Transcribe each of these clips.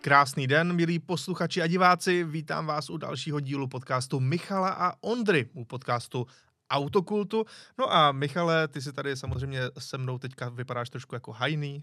Krásný den, milí posluchači a diváci, vítám vás u dalšího dílu podcastu Michala a Ondry, u podcastu Autokultu. No a Michale, ty si tady samozřejmě se mnou teďka vypadáš trošku jako hajný.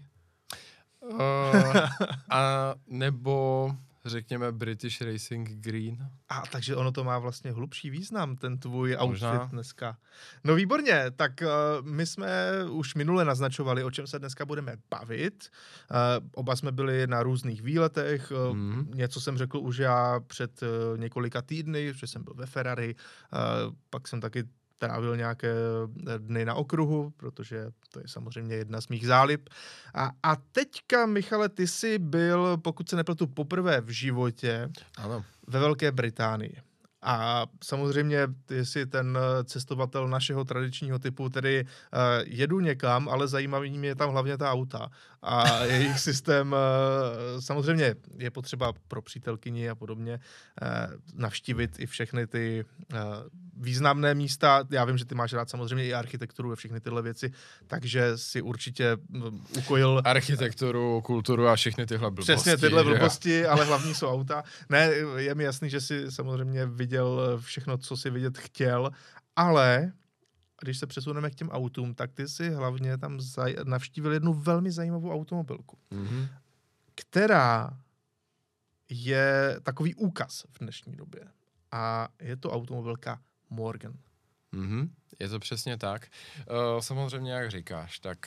A nebo řekněme British Racing Green. A takže ono to má vlastně hlubší význam, ten tvůj Možná. outfit dneska. No výborně, tak my jsme už minule naznačovali, o čem se dneska budeme bavit. Oba jsme byli na různých výletech, něco jsem řekl už já před několika týdny, že jsem byl ve Ferrari, pak jsem taky trávil nějaké dny na okruhu, protože to je samozřejmě jedna z mých zálib. A teďka, Michale, ty jsi byl, pokud se nepletu, poprvé v životě Ano. ve Velké Británii. A samozřejmě ty jsi ten cestovatel našeho tradičního typu, tedy jedu někam, ale zajímavý mě je tam hlavně ta auta. A jejich systém samozřejmě je potřeba pro přítelkyni a podobně navštívit i všechny ty významné místa. Já vím, že ty máš rád samozřejmě i architekturu a všechny tyhle věci, takže si určitě ukojil Architekturu, kulturu a všechny tyhle blbosti. Přesně tyhle blbosti, ale hlavní jsou auta. Ne, je mi jasný, že si samozřejmě viděl všechno, co si vidět chtěl, ale když se přesuneme k těm autům, tak ty si hlavně tam navštívil jednu velmi zajímavou automobilku, která je takový úkaz v dnešní době. A je to automobilka Morgan. Je to přesně tak. Samozřejmě, jak říkáš, tak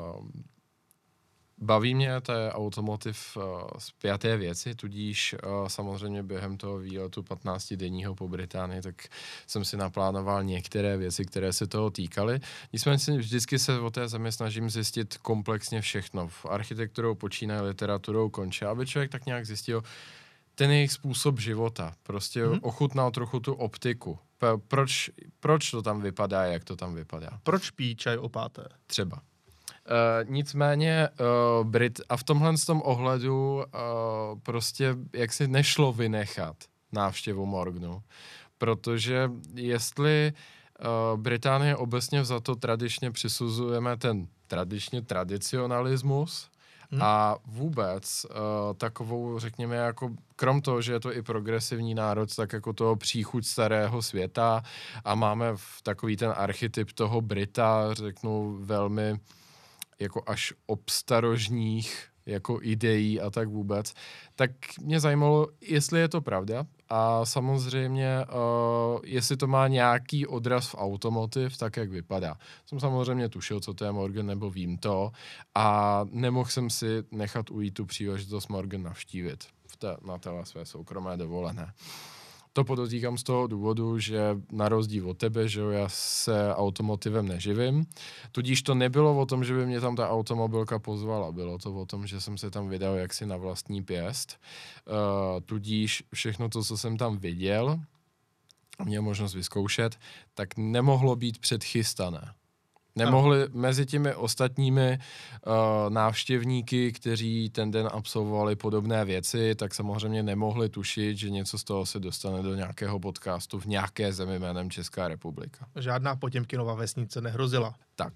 baví mě té automotiv spjaté věci, tudíž samozřejmě během toho výletu 15denního po Británii, tak jsem si naplánoval některé věci, které se toho týkaly. Nicméně vždycky se o té zemi snažím zjistit komplexně všechno. Architekturou počínaje, literaturou konče, aby člověk tak nějak zjistil ten jejich způsob života. Prostě ochutnal trochu tu optiku. Proč to tam vypadá, jak to tam vypadá. Proč pí čaj o páté? Třeba. Nicméně a v tomhle tom ohledu prostě jak si nešlo vynechat návštěvu Morganu, protože jestli Británie obecně vzato tradičně přisuzujeme ten tradicionalismus a vůbec takovou, řekněme, jako krom toho, že je to i progresivní národ, tak jako toho příchuť starého světa a máme takový ten archetyp toho Brita, řeknu velmi jako až obstarožních jako ideí a tak vůbec, tak mě zajímalo, jestli je to pravda a samozřejmě, jestli to má nějaký odraz v automotiv, tak jak vypadá. Jsem samozřejmě tušil, co to je Morgan, nebo vím to a nemohl jsem si nechat ujít tu příležitost Morgan navštívit na téhle své soukromé dovolené. To podotýkám z toho důvodu, že na rozdíl od tebe, že já se automotivem neživím, tudíž to nebylo o tom, že by mě tam ta automobilka pozvala, bylo to o tom, že jsem se tam vydal jaksi na vlastní pěst, tudíž všechno to, co jsem tam viděl, měl možnost vyzkoušet, tak nemohlo být předchystané. Nemohli mezi těmi ostatními návštěvníky, kteří ten den absolvovali podobné věci, tak samozřejmě nemohli tušit, že něco z toho se dostane do nějakého podcastu v nějaké zemi jménem Česká republika. Žádná Potěmkinova vesnice nehrozila. Tak.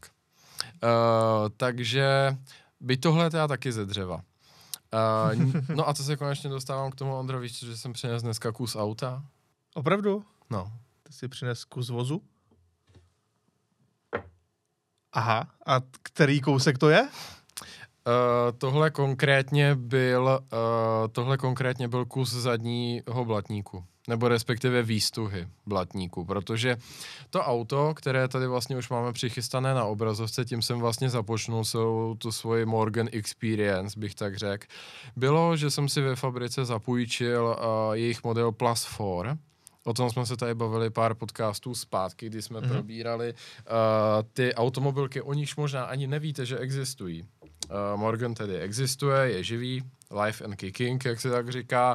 Takže by tohle teda taky ze dřeva. No a co se konečně dostávám k tomu, Ondro, víš, že jsem přinesl dneska kus auta? Opravdu? No. Ty jsi přines kus vozu? Aha, a který kousek to je? Tohle konkrétně byl kus zadního blatníku, nebo respektive výstuhy blatníku, protože to auto, které tady vlastně už máme přichystané na obrazovce, tím jsem vlastně započnul tu svoji Morgan Experience, bych tak řekl, bylo, že jsem si ve fabrice zapůjčil jejich model Plus 4. O tom jsme se tady bavili pár podcastů zpátky, kdy jsme probírali ty automobilky, o nichž možná ani nevíte, že existují. Morgan tedy existuje, je živý, live and kicking, jak se tak říká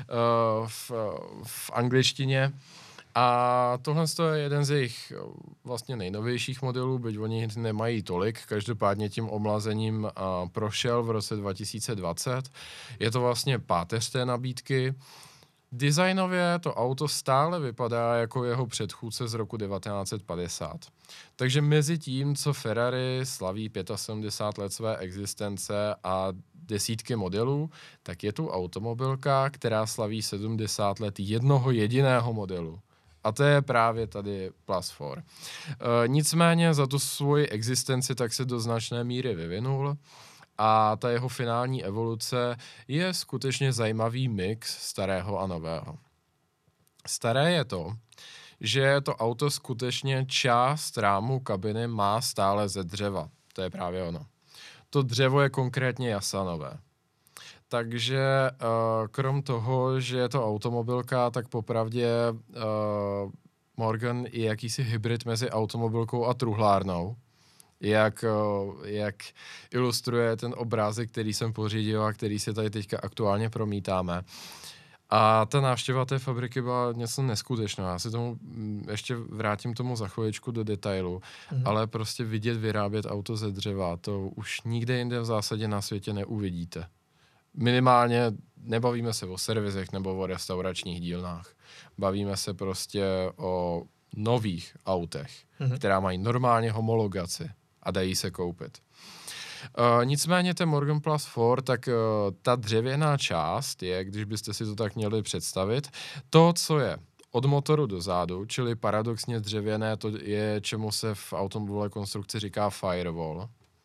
v angličtině. A tohle je jeden z jejich vlastně nejnovějších modelů, byť oni nemají tolik, každopádně tím omlazením prošel v roce 2020. Je to vlastně páteř té nabídky. Designově to auto stále vypadá jako jeho předchůdce z roku 1950. Takže mezi tím, co Ferrari slaví 75 let své existence a desítky modelů, tak je tu automobilka, která slaví 70 let jednoho jediného modelu. A to je právě tady Plus 4. Nicméně za tu svoji existenci tak se do značné míry vyvinul a ta jeho finální evoluce je skutečně zajímavý mix starého a nového. Staré je to, že to auto skutečně část rámu kabiny má stále ze dřeva. To je právě ono. To dřevo je konkrétně jasanové. Takže krom toho, že je to automobilka, tak popravdě Morgan je jakýsi hybrid mezi automobilkou a truhlárnou. Jak ilustruje ten obrázek, který jsem pořídil a který si tady teďka aktuálně promítáme. A ta návštěva té fabriky byla něco neskutečného. Já si tomu ještě vrátím tomu za chviličku do detailu, ale prostě vidět vyrábět auto ze dřeva, to už nikde jinde v zásadě na světě neuvidíte. Minimálně nebavíme se o servisech nebo o restauračních dílnách. Bavíme se prostě o nových autech, která mají normálně homologaci a dají se koupit. Nicméně ten Morgan Plus 4, tak ta dřevěná část je, když byste si to tak měli představit, to, co je od motoru do zádu, čili paradoxně dřevěné, to je, čemu se v automobilové konstrukci říká firewall,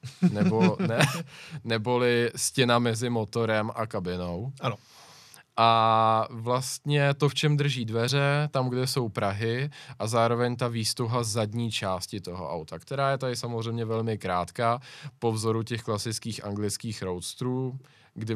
neboli stěna mezi motorem a kabinou. Ano. A vlastně to, v čem drží dveře, tam, kde jsou prahy a zároveň ta výstuha zadní části toho auta, která je tady samozřejmě velmi krátká, po vzoru těch klasických anglických roadsterů, kdy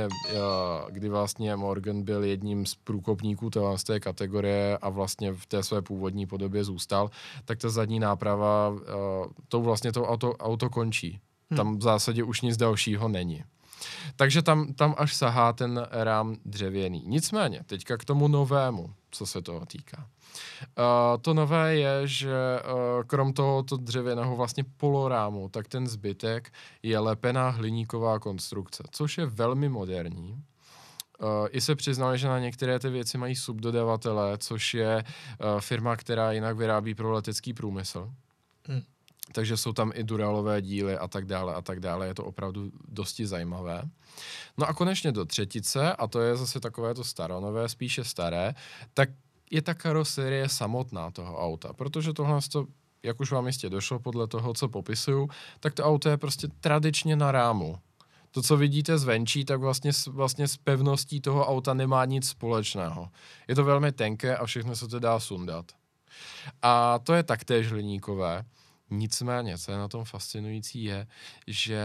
vlastně Morgan byl jedním z průkopníků z té kategorie a vlastně v té své původní podobě zůstal, tak ta zadní náprava, to auto končí. Tam v zásadě už nic dalšího není. Takže tam až sahá ten rám dřevěný. Nicméně, teďka k tomu novému, co se toho týká. To nové je, že krom tohoto dřevěného vlastně polorámu, tak ten zbytek je lepená hliníková konstrukce, což je velmi moderní. I se přiznali, že na některé ty věci mají subdodavatele, což je firma, která jinak vyrábí pro letecký průmysl. Takže jsou tam i duralové díly a tak dále. Je to opravdu dosti zajímavé. No a konečně do třetice, a to je zase takové to staronové, spíše staré, tak je ta karoserie samotná toho auta, protože tohle, jak už vám jistě došlo podle toho, co popisuju, tak to auto je prostě tradičně na rámu. To, co vidíte zvenčí, tak vlastně s pevností toho auta nemá nic společného. Je to velmi tenké a všechno se to dá sundat. A to je taktéž hliníkové. Nicméně, co je na tom fascinující, je, že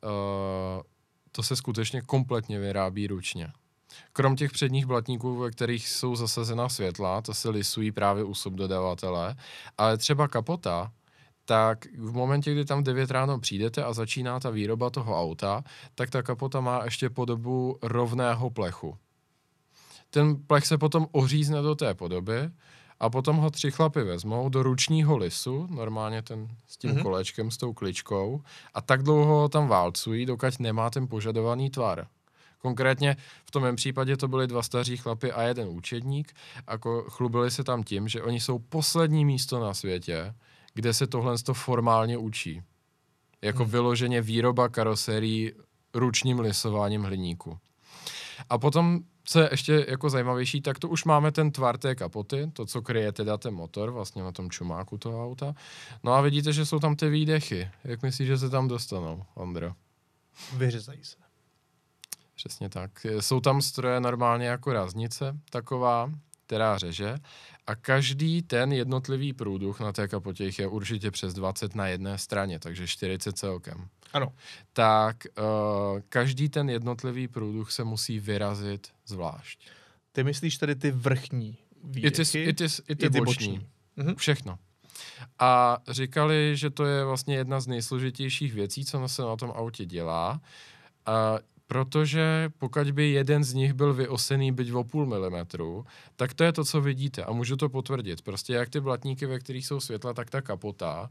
to se skutečně kompletně vyrábí ručně. Krom těch předních blatníků, ve kterých jsou zasazena světla, to se lisují právě u subdodavatele, ale třeba kapota, tak v momentě, kdy tam 9 ráno přijdete a začíná ta výroba toho auta, tak ta kapota má ještě podobu rovného plechu. Ten plech se potom ořízne do té podoby a potom ho 3 chlapy vezmou do ručního lisu, normálně ten s tím kolečkem, s tou kličkou, a tak dlouho ho tam válcují, dokud nemá ten požadovaný tvar. Konkrétně v tom mém případě to byli 2 staří chlapy a 1 účetník a chlubili se tam tím, že oni jsou poslední místo na světě, kde se tohle formálně učí. Jako vyloženě výroba karoserií ručním lisováním hliníku. A potom, co je ještě jako zajímavější, tak to už máme ten tvar té kapoty, to, co kryje teda ten motor vlastně na tom čumáku toho auta. No a vidíte, že jsou tam ty výdechy. Jak myslíš, že se tam dostanou, Ondro? Vyřezají se. Přesně tak. Jsou tam stroje normálně jako raznice, taková, která řeže, a každý ten jednotlivý průduch na té kapotě je určitě přes 20 na jedné straně, takže 40 celkem. Ano. Tak každý ten jednotlivý průduch se musí vyrazit zvlášť. Ty myslíš tady ty vrchní výdechy? I ty boční. Všechno. A říkali, že to je vlastně jedna z nejsložitějších věcí, co se na tom autě dělá, protože pokud by jeden z nich byl vyosený byť o 0,5 milimetru, tak to je to, co vidíte a můžu to potvrdit. Prostě jak ty blatníky, ve kterých jsou světla, tak ta kapota,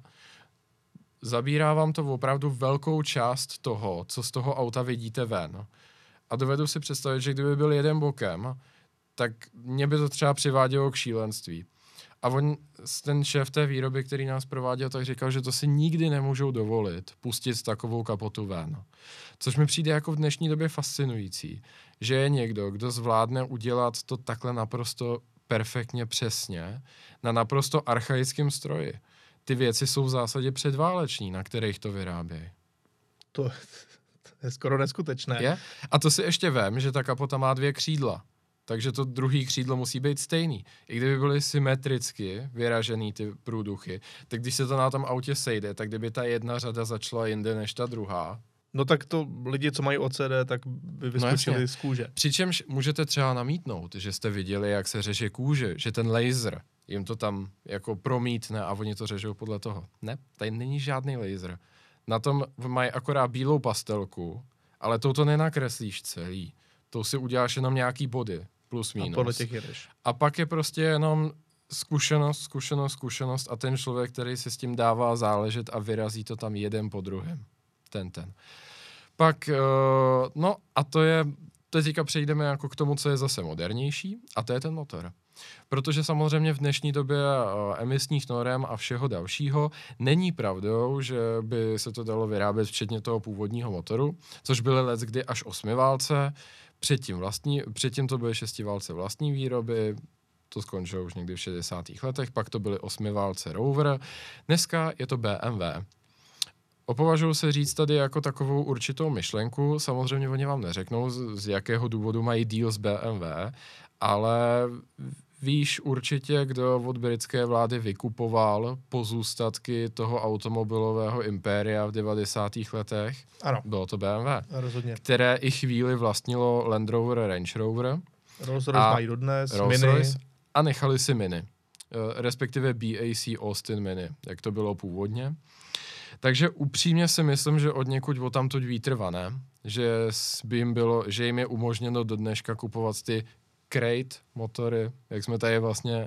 zabírá vám to opravdu velkou část toho, co z toho auta vidíte ven. A dovedu si představit, že kdyby byl jeden bokem, tak mě by to třeba přivádělo k šílenství. A ten šéf té výroby, který nás prováděl, tak říkal, že to si nikdy nemůžou dovolit pustit takovou kapotu ven. Což mi přijde jako v dnešní době fascinující, že je někdo, kdo zvládne udělat to takhle naprosto perfektně přesně na naprosto archaickém stroji. Ty věci jsou v zásadě předváleční, na kterých to vyrábějí. To je skoro neskutečné. Je? A to si ještě vem, že ta kapota má 2 křídla. Takže to druhý křídlo musí být stejný. I kdyby byly symetricky vyražený ty průduchy, tak když se to na tom autě sejde, tak kdyby ta jedna řada začala jinde než ta druhá. No tak to lidi, co mají OCD, tak by vyskočili z kůže. Přičemž můžete třeba namítnout, že jste viděli, jak se řeže kůže, že ten laser jim to tam jako promítne a oni to řežou podle toho. Ne, tady není žádný laser. Na tom mají akorát bílou pastelku, ale tou to nenakreslíš celý. Tou si uděláš jenom nějaký body, plus minus. A podle těch jedeš. A pak je prostě jenom zkušenost a ten člověk, který si s tím dává záležet a vyrazí to tam jeden po druhém. Ten. Pak, no a to je, teďka přejdeme jako k tomu, co je zase modernější, a to je ten motor. Protože samozřejmě v dnešní době emisních norem a všeho dalšího není pravdou, že by se to dalo vyrábět včetně toho původního motoru, což byly leckdy až 8válce, předtím to byly 6válce vlastní výroby, to skončilo už někdy v 60. letech, pak to byly 8válce Rover, dneska je to BMW. Opovažuji se říct tady jako takovou určitou myšlenku, samozřejmě oni vám neřeknou, z jakého důvodu mají deal s BMW, ale víš určitě, kdo od britské vlády vykupoval pozůstatky toho automobilového impéria v 90. letech? Ano. Bylo to BMW. Rozhodně. Které i chvíli vlastnilo Land Rover, Range Rover. Rolls-Royce mají dodnes, Rolls-Royce a nechali si Mini. Respektive BAC Austin Mini, jak to bylo původně. Takže upřímně si myslím, že od někud odtamtud vítr vane, že jim je umožněno do dneška kupovat ty crate motory, jak jsme tady vlastně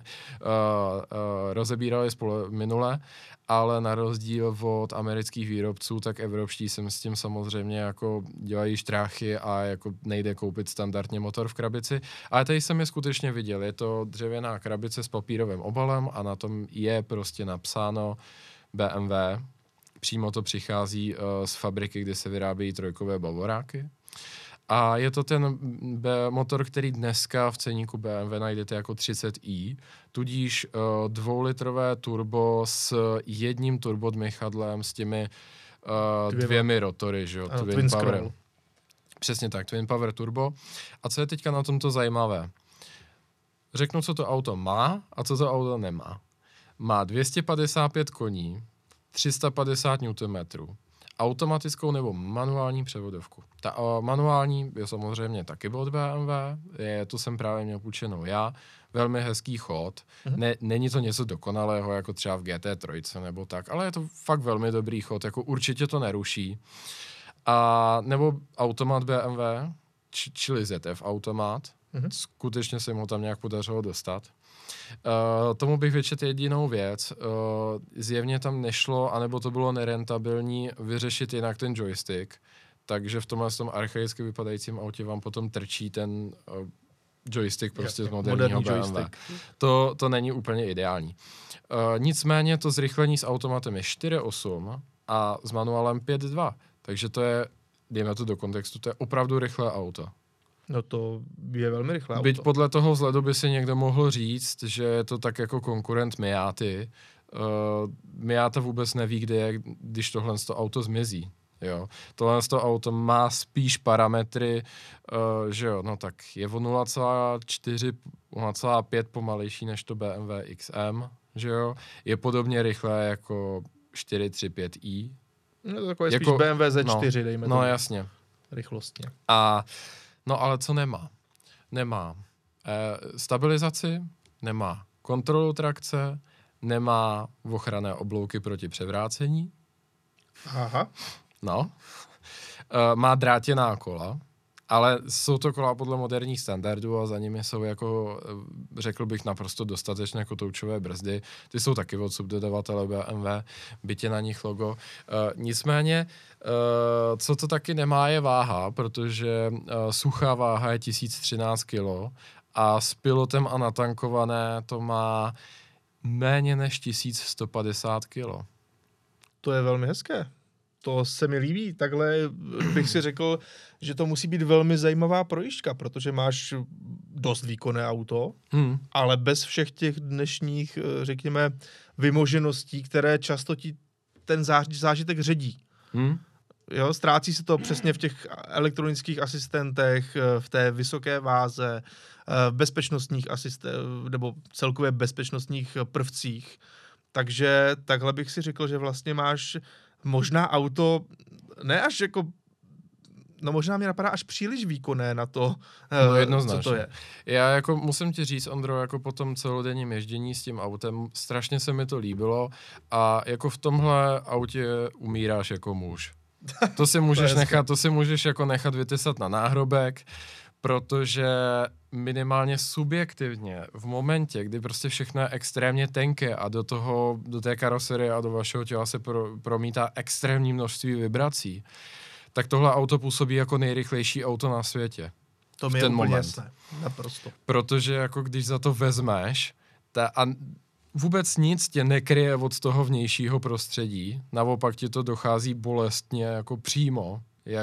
rozebírali minule, ale na rozdíl od amerických výrobců, tak evropští sem s tím samozřejmě jako dělají štráchy a jako nejde koupit standardně motor v krabici. Ale tady jsem je skutečně viděl. Je to dřevěná krabice s papírovým obalem a na tom je prostě napsáno BMW. Přímo to přichází z fabriky, kde se vyrábějí trojkové bavoráky. A je to ten motor, který dneska v ceníku BMW najdete jako 30i, tudíž 2litrové turbo s jedním turbodmychadlem s těmi dvěmi rotory, že jo, Twin Power. Přesně tak, Twin Power turbo. A co je teďka na tomto zajímavé? Řeknu, co to auto má a co to auto nemá. Má 255 koní, 350 Nm, automatickou nebo manuální převodovku. Ta manuální je samozřejmě taky od BMW, to jsem právě měl půjčenou já, velmi hezký chod, není to něco dokonalého, jako třeba v GT3 nebo tak, ale je to fakt velmi dobrý chod, jako určitě to neruší. A nebo automat BMW, čili ZF automat, skutečně se mu tam nějak podařilo dostat. Tomu bych vyčetl jedinou věc. Zjevně tam nešlo, anebo to bylo nerentabilní vyřešit jinak ten joystick, takže v tomhle tom archaicky vypadajícím autě vám potom trčí ten joystick prostě z moderního BMW. To není úplně ideální. Nicméně to zrychlení s automatem je 4.8 a s manuálem 5.2, takže to je, dejme to do kontextu, to je opravdu rychlé auto. No to je velmi rychlé auto. Byť podle toho vzhledu by si někdo mohl říct, že je to tak jako konkurent Miaty. Miata vůbec neví, kde je, když tohle auto zmizí. Jo. Tohle auto má spíš parametry, že jo, no tak je o 0,4, 0,5 pomalejší než to BMW XM, že jo. Je podobně rychlé jako 435i. No to takové jako, spíš BMW Z4, dejme tomu. No jasně. Rychlostně. No ale co nemá? Nemá stabilizaci, nemá kontrolu trakce, nemá ochranné oblouky proti převrácení. Aha. No. Má drátěná kola, ale jsou to kola podle moderních standardů a za nimi jsou jako, řekl bych, naprosto dostatečné kotoučové brzdy. Ty jsou taky od subdodavatele BMW, byť je na nich logo. Nicméně, co to taky nemá, je váha, protože suchá váha je 1013 kg a s pilotem a natankované to má méně než 1150 kilo. To je velmi hezké. To se mi líbí. Takhle bych si řekl, že to musí být velmi zajímavá projížďka, protože máš dost výkonné auto, ale bez všech těch dnešních, řekněme, vymožeností, které často ti ten zážitek ředí. Jo, ztrácí se to přesně v těch elektronických asistentech, v té vysoké váze, v bezpečnostních nebo celkově bezpečnostních prvcích. Takže takhle bych si řekl, že vlastně máš možná auto, ne až jako, no možná mě napadá až příliš výkonné na to, co to je. Já jako musím ti říct, Ondro, jako po tom celodenním ježdění s tím autem, strašně se mi to líbilo a jako v tomhle autě umíráš jako muž. To si můžeš nechat vytesat na náhrobek, protože minimálně subjektivně v momentě, kdy prostě všechno je extrémně tenké a do té karoserie a do vašeho těla se promítá extrémní množství vibrací, tak tohle auto působí jako nejrychlejší auto na světě. To mi je úplně jasné, naprosto. Protože jako když za to vezmeš a vůbec nic tě nekryje od toho vnějšího prostředí, naopak ti to dochází bolestně jako přímo,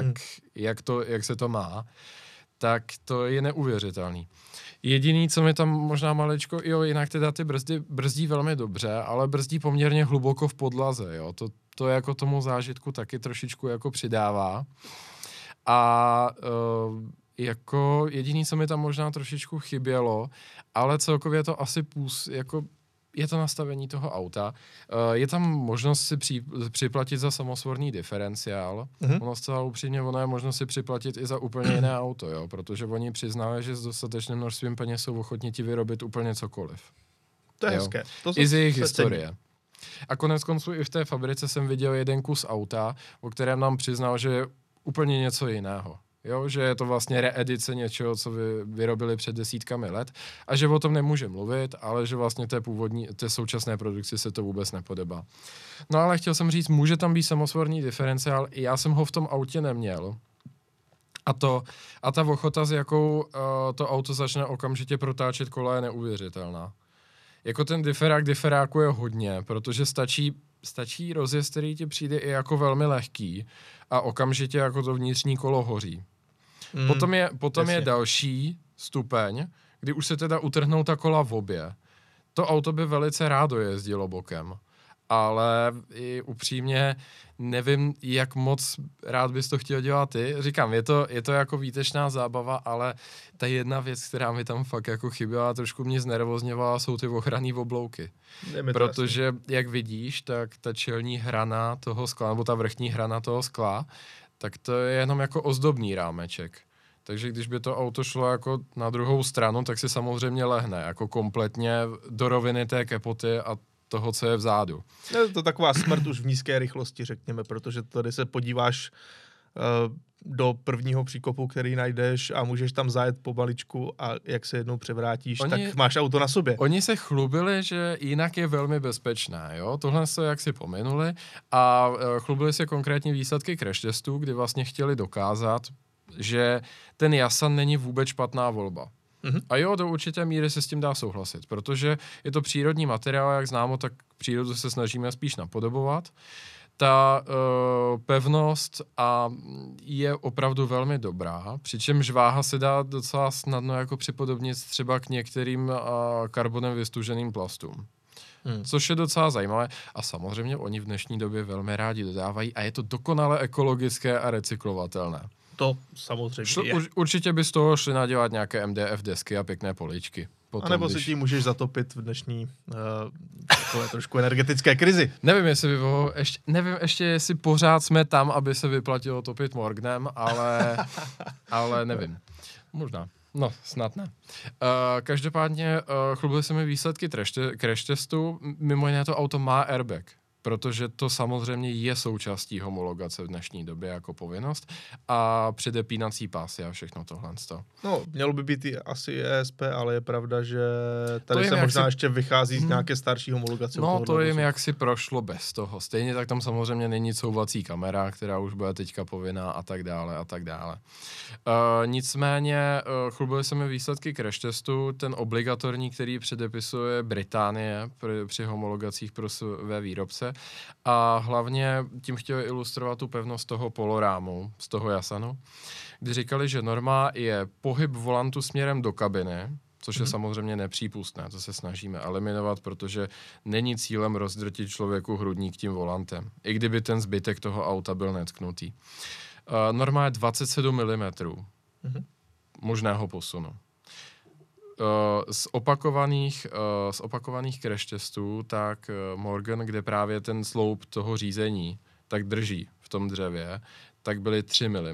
jak se to má, tak to je neuvěřitelný. Jediný, co mi tam možná maličko, jinak teda ty brzdí velmi dobře, ale brzdí poměrně hluboko v podlaze, jo. To jako tomu zážitku taky trošičku jako přidává. A jako jediný, co mi tam možná trošičku chybělo, ale celkově to asi jako je to nastavení toho auta. Je tam možnost si připlatit za samosvorný diferenciál. Ono zcela upřímně, ono je možnost si připlatit i za úplně jiné auto, jo? Protože oni přiznávají, že s dostatečným množstvím peněz jsou ochotní ti vyrobit úplně cokoliv. To je hezké. I z jejich historie. A konec konců i v té fabrice jsem viděl jeden kus auta, o kterém nám přiznal, že je úplně něco jiného. Jo, že je to vlastně reedice něčeho, co vyrobili před desítkami let a že o tom nemůže mluvit, ale že vlastně té současné produkci se to vůbec nepodobá. No ale chtěl jsem říct, může tam být samosvorný diferenciál, já jsem ho v tom autě neměl. A ta ochota, s jakou to auto začne okamžitě protáčet kola, je neuvěřitelná. Jako ten diferáku je hodně, protože stačí rozjezd, který ti přijde i jako velmi lehký a okamžitě jako to vnitřní kolo hoří. Potom je další stupeň, kdy už se teda utrhnou ta kola v obě. To auto by velice rádo jezdilo bokem, ale i upřímně nevím, jak moc rád bys to chtěl dělat ty. Říkám, je to jako výtečná zábava, ale ta jedna věc, která mi tam fakt jako chyběla, trošku mě znervozňovala, jsou ty ochranné oblouky. Protože, jak vidíš, tak ta čelní hrana toho skla, nebo ta vrchní hrana toho skla, tak to je jenom jako ozdobný rámeček. Takže když by to auto šlo jako na druhou stranu, tak si samozřejmě lehne jako kompletně do roviny té kepoty a toho, co je vzadu. Je to taková smrt už v nízké rychlosti, řekněme, protože tady se podíváš do prvního příkopu, který najdeš a můžeš tam zajet pomaličku a jak se jednou převrátíš, tak máš auto na sobě. Oni se chlubili, že jinak je velmi bezpečné, jo? Tohle se jak si pominuli a chlubili se konkrétní výsledky crash testů, kdy vlastně chtěli dokázat, že ten Yasan není vůbec špatná volba. A jo, do určité míry se s tím dá souhlasit, protože je to přírodní materiál, jak známo, tak přírodu se snažíme spíš napodobovat. Ta pevnost je opravdu velmi dobrá, přičemž váha se dá docela snadno jako připodobnit třeba k některým karbonem vystuženým plastům. Což je docela zajímavé a samozřejmě oni v dnešní době velmi rádi dodávají a je to dokonale ekologické a recyklovatelné. To samozřejmě je. Určitě by z toho šli nadělat nějaké MDF desky a pěkné poličky. A nebo si tím můžeš zatopit v dnešní takové trošku energetické krizi. Nevím, jestli pořád jsme tam, aby se vyplatilo topit Morganem, ale nevím. Možná. No, snad ne. Každopádně chlubily se mi výsledky crash testu. Mimo jiné to auto má airbag. protože to samozřejmě je součástí homologace v dnešní době jako povinnost a předepínací pásy a všechno tohle. No, mělo by být asi ESP, ale je pravda, že tady se jim možná ještě vychází z nějaké starší homologace. No, to jim jaksi prošlo bez toho. Stejně tak tam samozřejmě není couvací kamera, která už bude teďka povinná a tak dále a tak dále. Nicméně chlubily se mi výsledky crash testu, ten obligatorní, který předepisuje Británie při homologacích pro své výrobce a hlavně tím chtěli ilustrovat tu pevnost toho polorámu z toho Yasanu, kdy říkali, že norma je pohyb volantu směrem do kabiny, což je samozřejmě nepřípustné, to se snažíme eliminovat, protože není cílem rozdrtit člověku hrudník tím volantem, i kdyby ten zbytek toho auta byl netknutý. Norma je 27 mm možného posunu. Z opakovaných crash testů, tak Morgan, kde právě ten sloup toho řízení tak drží v tom dřevě, tak byly 3 mm.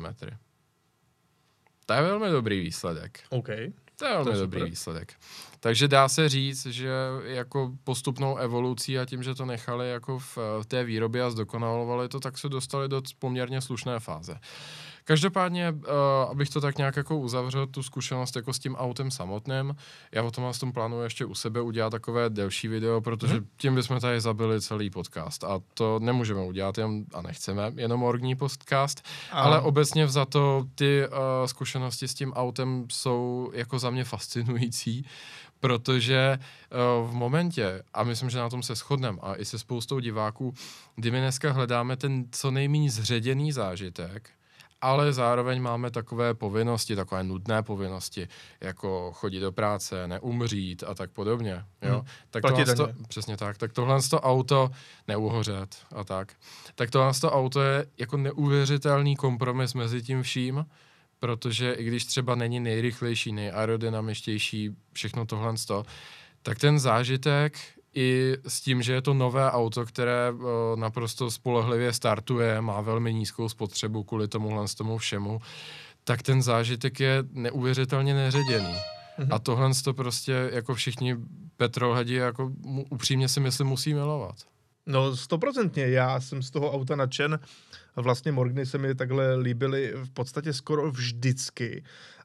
To je velmi dobrý výsledek. Okay. To je velmi dobrý výsledek. Takže dá se říct, že jako postupnou evolucí a tím, že to nechali jako v té výrobě a zdokonalovali to, tak se dostali do poměrně slušné fáze. Každopádně, abych to tak nějak jako uzavřel, tu zkušenost jako s tím autem samotným, já o tom plánuji ještě u sebe udělat takové delší video, protože tím bychom tady zabili celý podcast a to nemůžeme udělat a nechceme, jenom orgní podcast, ale obecně vzato ty zkušenosti s tím autem jsou jako za mě fascinující, protože v momentě, a myslím, že na tom se shodneme a i se spoustou diváků, kdy my dneska hledáme ten co nejméně zředěný zážitek, ale zároveň máme takové povinnosti, takové nudné povinnosti, jako chodit do práce, neumřít a tak podobně. Jo? Tak přesně tak. Tak tohle auto neuhořet a tak. Tak tohle auto je jako neuvěřitelný kompromis mezi tím vším, protože i když třeba není nejrychlejší, nejaerodynamičtější, všechno tohle, tak ten zážitek i s tím, že je to nové auto, které naprosto spolehlivě startuje, má velmi nízkou spotřebu kvůli tomu všemu, tak ten zážitek je neuvěřitelně neředěný. A tohle to prostě jako všichni petrolheadi jako upřímně si myslím musí milovat. No 100%, já jsem z toho auta nadšen. Vlastně Morgany se mi takhle líbily v podstatě skoro vždycky.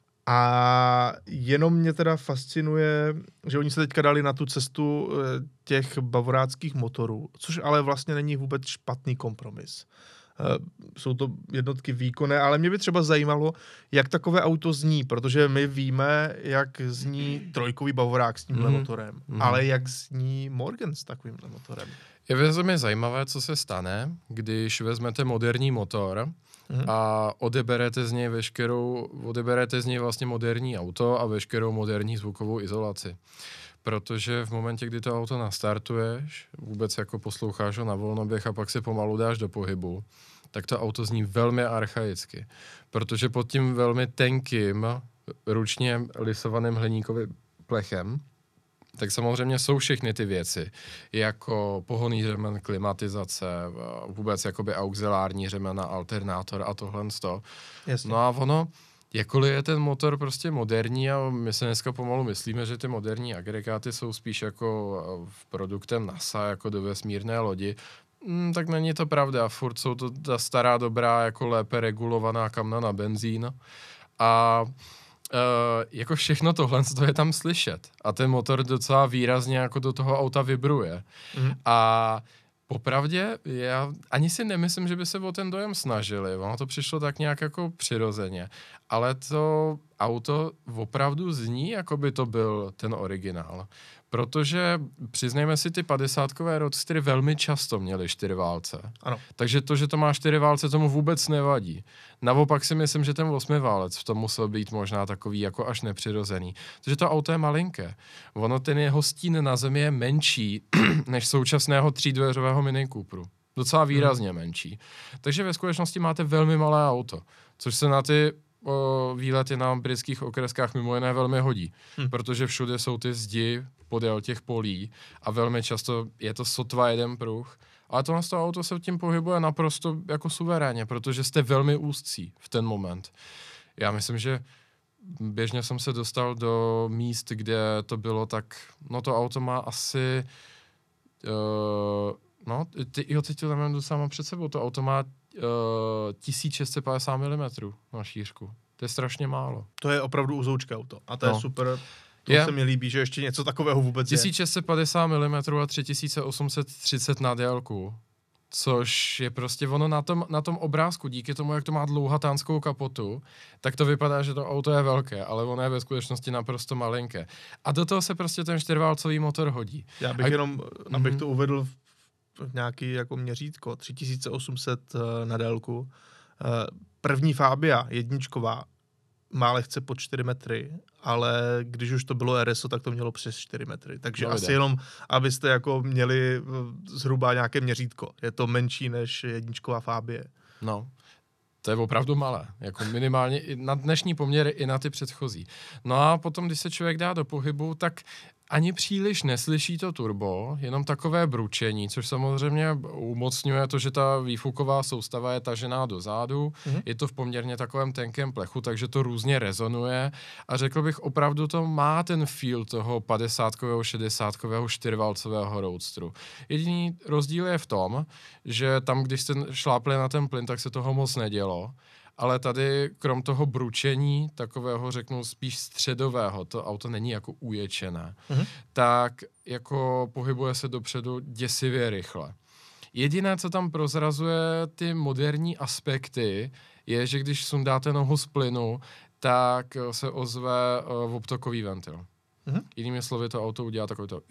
A jenom mě teda fascinuje, že oni se teďka dali na tu cestu těch bavoráckých motorů, což ale vlastně není vůbec špatný kompromis. Jsou to jednotky výkonné, ale mě by třeba zajímalo, jak takové auto zní, protože my víme, jak zní trojkový bavorák s tímhle motorem, ale jak zní Morgan s takovýmhle motorem. Je velmi zajímavé, co se stane, když vezmete moderní motor a odeberete z něj vlastně moderní auto a veškerou moderní zvukovou izolaci. Protože v momentě, kdy to auto nastartuješ, vůbec jako posloucháš ho na volnoběh a pak se pomalu dáš do pohybu, tak to auto zní velmi archaicky. Protože pod tím velmi tenkým, ručně lisovaným hliníkovým plechem, tak samozřejmě jsou všechny ty věci, jako pohonný řemen, klimatizace, vůbec jakoby auxiliární řemena, alternátor a tohle. No a ono, jakkoliv je ten motor prostě moderní a my se dneska pomalu myslíme, že ty moderní agregáty jsou spíš jako produktem NASA, jako do vesmírné lodi, tak není to pravda. Furt jsou to ta stará dobrá, jako lépe regulovaná kamna na benzín a jako všechno tohle je tam slyšet. A ten motor docela výrazně jako do toho auta vibruje. A popravdě, já ani si nemyslím, že by se o ten dojem snažili. Ono to přišlo tak nějak jako přirozeně. Ale to auto opravdu zní, jako by to byl ten originál. Protože, přiznejme si, ty 50kové roadstery velmi často měly 4válce. Ano. Takže to, že to má 4válce, tomu vůbec nevadí. Naopak si myslím, že ten 8válec v tom musel být možná takový jako až nepřirozený. Protože to auto je malinké. Ono, ten jeho stín na zemi je menší než současného 3dveřového Mini Coopru. Docela výrazně menší. Takže ve skutečnosti máte velmi malé auto, což se na ty výlety na britských okreskách mimo jiné velmi hodí, protože všude jsou ty zdi podél těch polí a velmi často je to sotva jeden pruh, ale to auto se tím pohybuje naprosto jako suverénně, protože jste velmi úzcí v ten moment. Já myslím, že běžně jsem se dostal do míst, kde to bylo tak, no to auto má asi No, teď to tam mám docela před sebou. To auto má 1650 mm na šířku. To je strašně málo. To je opravdu uzoučké auto. A to je super. To se mi líbí, že ještě něco takového vůbec 1650 mm a 3830 na délku. Což je prostě ono na tom obrázku, díky tomu, jak to má dlouhatánskou kapotu, tak to vypadá, že to auto je velké, ale ono je ve skutečnosti naprosto malinké. A do toho se prostě ten čtyřválcový motor hodí. Já bych abych to uvedl v nějaký jako měřítko, 3800 na délku. První Fabia, jedničková, má lehce pod 4 metry, ale když už to bylo RSO, tak to mělo přes 4 metry. Takže asi jenom, abyste jako měli zhruba nějaké měřítko. Je to menší než jedničková Fabie. No, to je opravdu malé. Jako minimálně i na dnešní poměry, i na ty předchozí. No a potom, když se člověk dá do pohybu, tak ani příliš neslyší to turbo, jenom takové bručení, což samozřejmě umocňuje to, že ta výfuková soustava je tažená dozadu. Je to v poměrně takovém tenkém plechu, takže to různě rezonuje a řekl bych, opravdu to má ten feel toho 50kového, 60kového, čtyřválcového roadstru. Jediný rozdíl je v tom, že tam, když jste šlápli na ten plyn, tak se toho moc nedělo. Ale tady, krom toho bručení, takového řeknu spíš středového, to auto není jako uječené, tak jako pohybuje se dopředu děsivě rychle. Jediné, co tam prozrazuje ty moderní aspekty, je, že když sundáte nohu z plynu, tak se ozve obtokový ventil. Jinými slovy, to auto udělá takový to...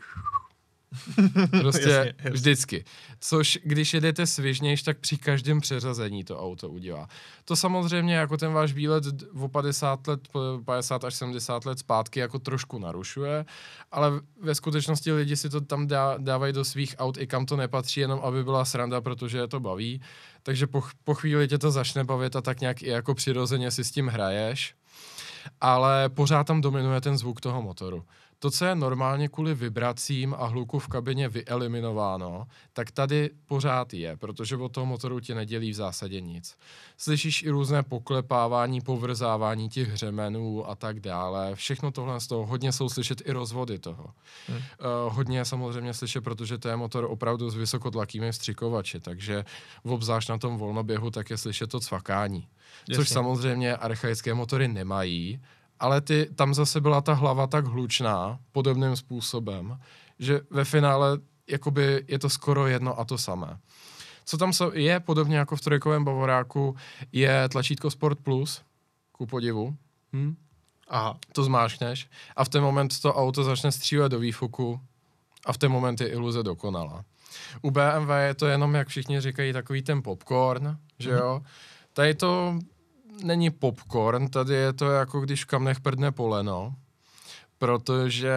Prostě jasně. Vždycky. Což když jedete svižnějš, tak při každém přeřazení to auto udělá. To samozřejmě jako ten váš výlet o 50 až 70 let zpátky jako trošku narušuje, ale ve skutečnosti lidi si to tam dávají do svých aut, i kam to nepatří, jenom aby byla sranda, protože je to baví. Takže po chvíli tě to začne bavit a tak nějak i jako přirozeně si s tím hraješ. Ale pořád tam dominuje ten zvuk toho motoru. To, co je normálně kvůli vibracím a hluku v kabině vyeliminováno, tak tady pořád je, protože od toho motoru tě nedělí v zásadě nic. Slyšíš i různé poklepávání, povrzávání těch hřemenů a tak dále. Všechno tohle z toho. Hodně jsou slyšet i rozvody toho. Hodně je samozřejmě slyšet, protože to je motor opravdu s vysokotlakými vstřikovači, takže obzvlášť na tom volnoběhu tak je slyšet to cvakání. Což samozřejmě archaické motory nemají, ale tam zase byla ta hlava tak hlučná podobným způsobem, že ve finále jakoby je to skoro jedno a to samé. Co tam je, podobně jako v trojkovém Bavoráku, je tlačítko Sport Plus, ku podivu. Aha. To zmáčkneš a v ten moment to auto začne střílet do výfuku a v ten moment je iluze dokonalá. U BMW je to jenom, jak všichni říkají, takový ten popcorn, že jo? Tady to není popcorn, tady je to jako když v kamnech prdne poleno, protože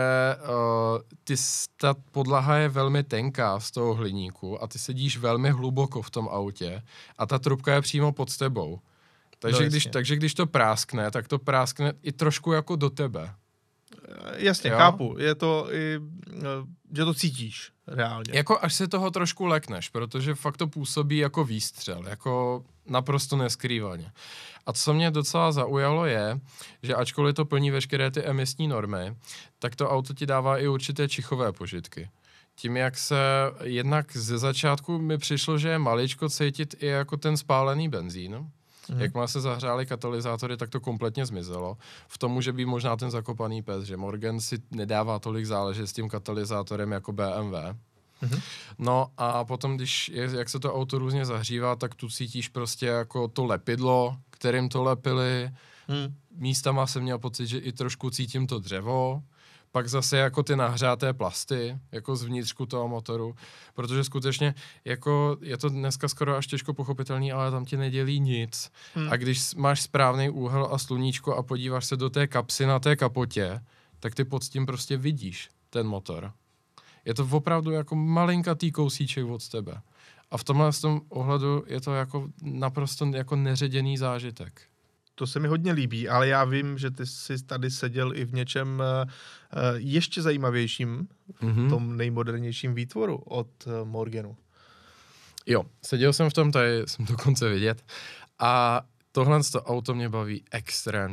ta podlaha je velmi tenká z toho hliníku a ty sedíš velmi hluboko v tom autě a ta trubka je přímo pod tebou. Takže když to práskne, tak to práskne i trošku jako do tebe. Jasně, jo? Chápu. Je to i, že to cítíš reálně. Jako až se toho trošku lekneš, protože fakt to působí jako výstřel, jako naprosto neskrývaně. A co mě docela zaujalo je, že ačkoliv to plní veškeré ty emisní normy, tak to auto ti dává i určité čichové požitky. Tím, jak se jednak ze začátku mi přišlo, že je maličko cítit i jako ten spálený benzín. Jakmile se zahřály katalyzátory, tak to kompletně zmizelo. V tom může být možná ten zakopaný pes, že Morgan si nedává tolik záležet s tím katalyzátorem jako BMW. No a potom, jak se to auto různě zahřívá, tak tu cítíš prostě jako to lepidlo, kterým to lepili. Místama jsem měl pocit, že i trošku cítím to dřevo. Pak zase jako ty nahřáté plasty, jako zvnitřku toho motoru, protože skutečně jako je to dneska skoro až těžko pochopitelný, ale tam ti nedělí nic. A když máš správný úhel a sluníčko a podíváš se do té kapsy na té kapotě, tak ty pod tím prostě vidíš ten motor. Je to opravdu jako malinkatý kousíček od tebe. A v tomhle ohledu je to jako naprosto jako neředěný zážitek. To se mi hodně líbí, ale já vím, že ty jsi tady seděl i v něčem ještě zajímavějším, v tom nejmodernějším výtvoru od Morganu. Jo, seděl jsem v tom, tady jsem dokonce vidět. A tohle auto mě baví extrémně.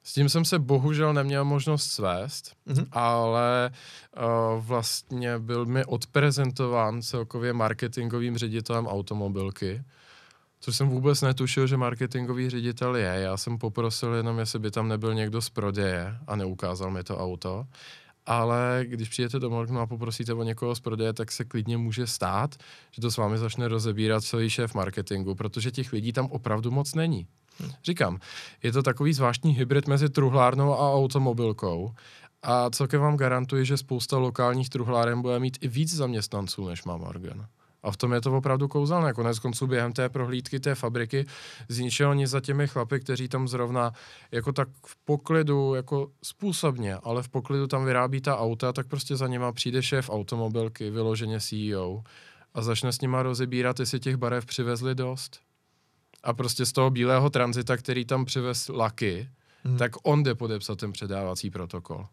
S tím jsem se bohužel neměl možnost svést, ale vlastně byl mi odprezentován celkově marketingovým ředitelem automobilky, což jsem vůbec netušil, že marketingový ředitel je. Já jsem poprosil jenom, jestli by tam nebyl někdo z prodeje a neukázal mi to auto. Ale když přijete do Morganu a poprosíte o někoho z prodeje, tak se klidně může stát, že to s vámi začne rozebírat celý šéf marketingu, protože těch lidí tam opravdu moc není. Říkám, je to takový zvláštní hybrid mezi truhlárnou a automobilkou a celkem vám garantuji, že spousta lokálních truhláren bude mít i víc zaměstnanců, než má Morgan. A v tom je to opravdu kouzelné. Konec konců během té prohlídky té fabriky z ničeho nic za těmi chlapy, kteří tam zrovna jako tak v poklidu, jako způsobně, ale v poklidu tam vyrábí ta auta, tak prostě za nima přijde šéf automobilky, vyloženě CEO a začne s nima rozebírat, jestli těch barev přivezli dost. A prostě z toho bílého tranzita, který tam přivez Lucky, tak on jde podepsat ten předávací protokol.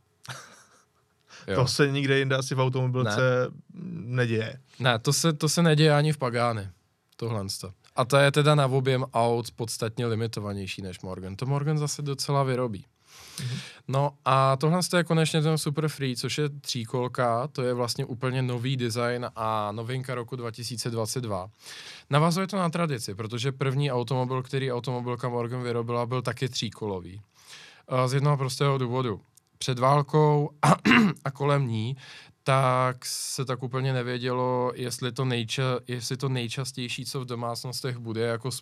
To se nikde jinde asi v automobilce neděje. Ne, to se neděje ani v Pagani. Tohle. A to je teda na objem aut podstatně limitovanější než Morgan. To Morgan zase docela vyrobí. No a tohle je konečně ten Super Free, což je tříkolka, to je vlastně úplně nový design a novinka roku 2022. Navazuje to na tradici, protože první automobil, který automobilka Morgan vyrobila, byl taky tříkolový. Z jednoho prostého důvodu. Před válkou a kolem ní, tak se tak úplně nevědělo, jestli to nejčastější, co v domácnostech bude jako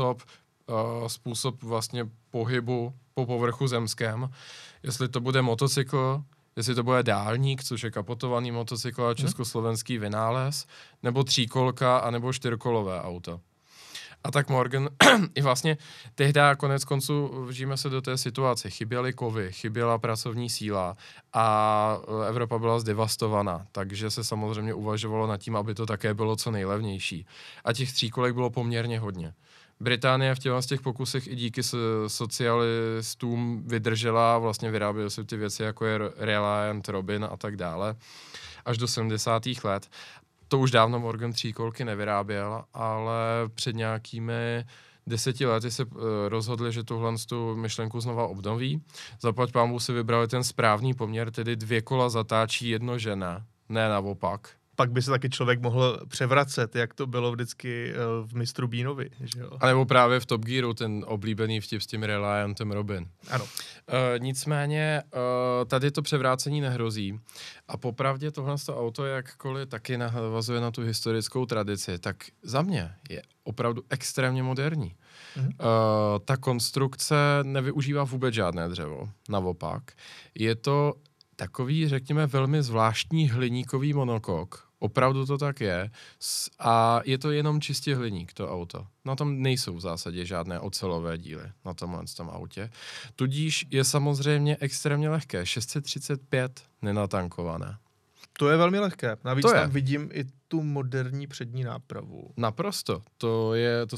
způsob vlastně pohybu po povrchu zemském, jestli to bude motocykl, jestli to bude dálník, což je kapotovaný motocykl a československý vynález, nebo tříkolka, anebo čtyřkolové auto. A tak Morgan i vlastně tehdy konec konců vžijeme se do té situace. Chyběly kovy, chyběla pracovní síla a Evropa byla zdevastovaná, takže se samozřejmě uvažovalo nad tím, aby to také bylo co nejlevnější. A těch tříkolek bylo poměrně hodně. Británie v těch pokusech i díky socialistům vydržela, vlastně vyráběly se ty věci, jako je Reliant, Robin a tak dále, až do 70. let. To už dávno Morgan tříkolky nevyráběl, ale před nějakými 10 lety se rozhodli, že tuhle myšlenku znova obnoví. Zaplať pánbůh si vybrali ten správný poměr, tedy 2 kola zatáčí, 1 žena, ne naopak. Pak by se taky člověk mohl převracet, jak to bylo vždycky v Mistru Beanovi. Že jo? A nebo právě v Top Gearu, ten oblíbený vtip s tím Reliantem Robin. Ano. Nicméně tady to převrácení nehrozí. A popravdě tohle auto, jakkoliv taky navazuje na tu historickou tradici, tak za mě je opravdu extrémně moderní. Ta konstrukce nevyužívá vůbec žádné dřevo. Naopak. Je to takový, řekněme, velmi zvláštní hliníkový monokok. Opravdu to tak je. A je to jenom čistě hliník, to auto. Na tom nejsou v zásadě žádné ocelové díly na tomhle tom autě. Tudíž je samozřejmě extrémně lehké. 635 nenatankované. To je velmi lehké. Navíc tam vidím i tu moderní přední nápravu. Naprosto. To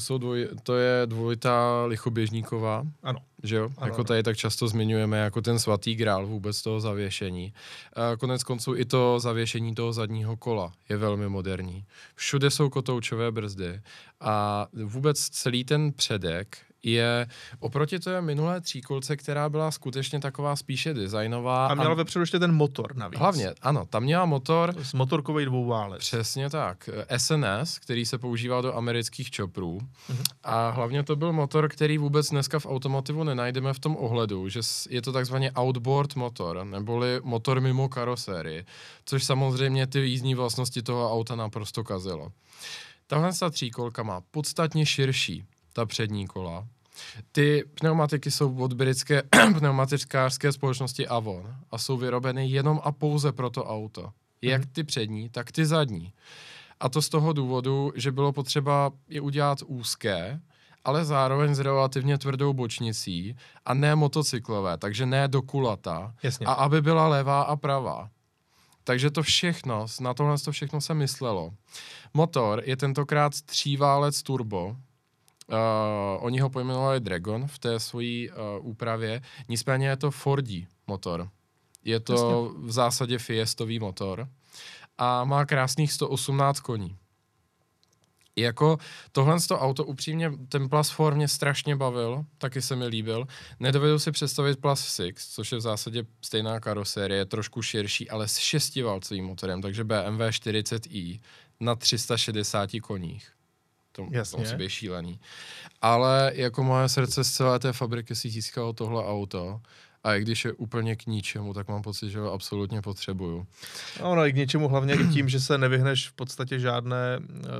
je dvojitá lichoběžníková. Ano. Že jo? Ano, jako tady tak často zmiňujeme jako ten svatý grál vůbec toho zavěšení. Konec konců i to zavěšení toho zadního kola je velmi moderní. Všude jsou kotoučové brzdy a vůbec celý ten předek je oproti té minulé tříkolce, která byla skutečně taková spíše designová. A měla vepředu ještě ten motor navíc. Hlavně, ano, tam měla motor. S motorkovej dvouválec. Přesně tak. SNS, který se používal do amerických chopperů. A hlavně to byl motor, který vůbec dneska v automotivu nenajdeme v tom ohledu, že je to takzvaně outboard motor, neboli motor mimo karosérii, což samozřejmě ty jízdní vlastnosti toho auta naprosto kazilo. Tahle tříkolka má podstatně širší ta přední kola. Ty pneumatiky jsou od britské pneumatikářské společnosti Avon a jsou vyrobeny jenom a pouze pro to auto. Jak ty přední, tak ty zadní. A to z toho důvodu, že bylo potřeba je udělat úzké, ale zároveň s relativně tvrdou bočnicí a ne motocyklové, takže ne do kulata. Jasně. A aby byla levá a pravá. Takže to všechno, na tohle to všechno se myslelo. Motor je tentokrát 3válec turbo. Oni ho pojmenovali Dragon v té svojí úpravě. Nicméně je to Fordí motor. Je to v zásadě Fiestový motor. A má krásných 118 koní. Jako tohle auto upřímně, ten Plus 4 mě strašně bavil, taky se mi líbil. Nedovedu si představit Plus 6, což je v zásadě stejná karosérie, trošku širší, ale s 6válcovým motorem, takže BMW 40i na 360 koních. To musí být šílený. Ale jako moje srdce z celé té fabriky si získalo tohle auto. A i když je úplně k ničemu, tak mám pocit, že ho absolutně potřebuju. No, i k ničemu hlavně i tím, že se nevyhneš v podstatě žádné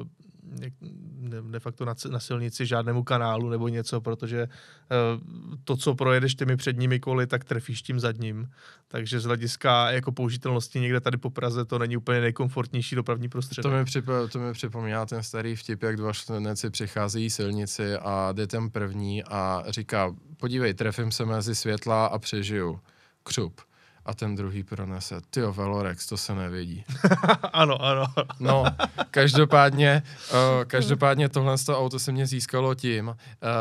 de facto na silnici žádnému kanálu nebo něco, protože to, co projedeš těmi předními koly, tak trefíš tím zadním. Takže z hlediska jako použitelnosti někde tady po Praze to není úplně nejkomfortnější dopravní prostředek. To mi připomíná ten starý vtip, jak dva šleneci přicházejí silnici a jde ten první a říká, podívej, trefím se mezi světla a přežiju. Křup. A ten druhý pronese, tyjo, Velorex, to se nevidí. Ano. No, každopádně tohle auto se mě získalo tím,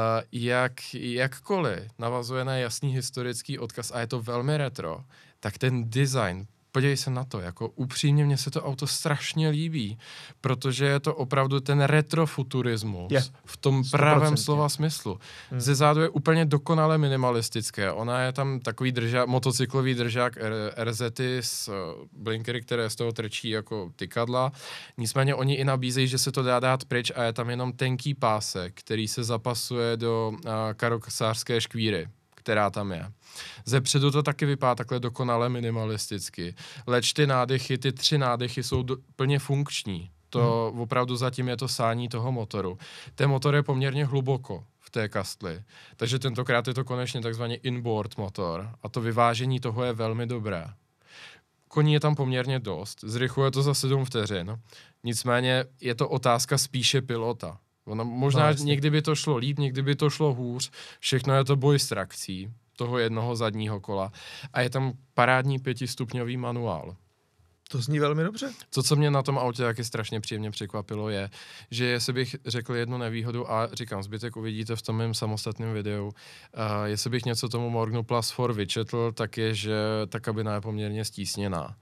jakkoliv navazuje na jasný historický odkaz a je to velmi retro, tak ten design, podívej se na to, jako upřímně mně se to auto strašně líbí, protože je to opravdu ten retrofuturismus v tom 100%. Pravém slova smyslu. Ze zádu je úplně dokonale minimalistické. Ona je tam takový motocyklový držák RZty s blinkery, které z toho trčí jako tykadla. Nicméně oni i nabízejí, že se to dá dát pryč a je tam jenom tenký pásek, který se zapasuje do karosářské škvíry, která tam je. Zepředu to taky vypadá takhle dokonale minimalisticky. Leč ty 3 nádechy jsou plně funkční. To opravdu zatím je to sání toho motoru. Ten motor je poměrně hluboko v té kastli, takže tentokrát je to konečně takzvaný inboard motor a to vyvážení toho je velmi dobré. Koní je tam poměrně dost, zrychluje to za 7 vteřin, nicméně je to otázka spíše pilota. Možná někdy by to šlo líp, někdy by to šlo hůř, všechno je to boj s trakcí toho jednoho zadního kola a je tam parádní 5stupňový manuál. To zní velmi dobře. To, co mě na tom autě taky strašně příjemně překvapilo, je, že jestli bych řekl jednu nevýhodu a říkám, zbytek uvidíte v tom mém samostatném videu, jestli bych něco tomu Morganu Plus 4 vyčetl, tak je, že ta kabina je poměrně stísněná.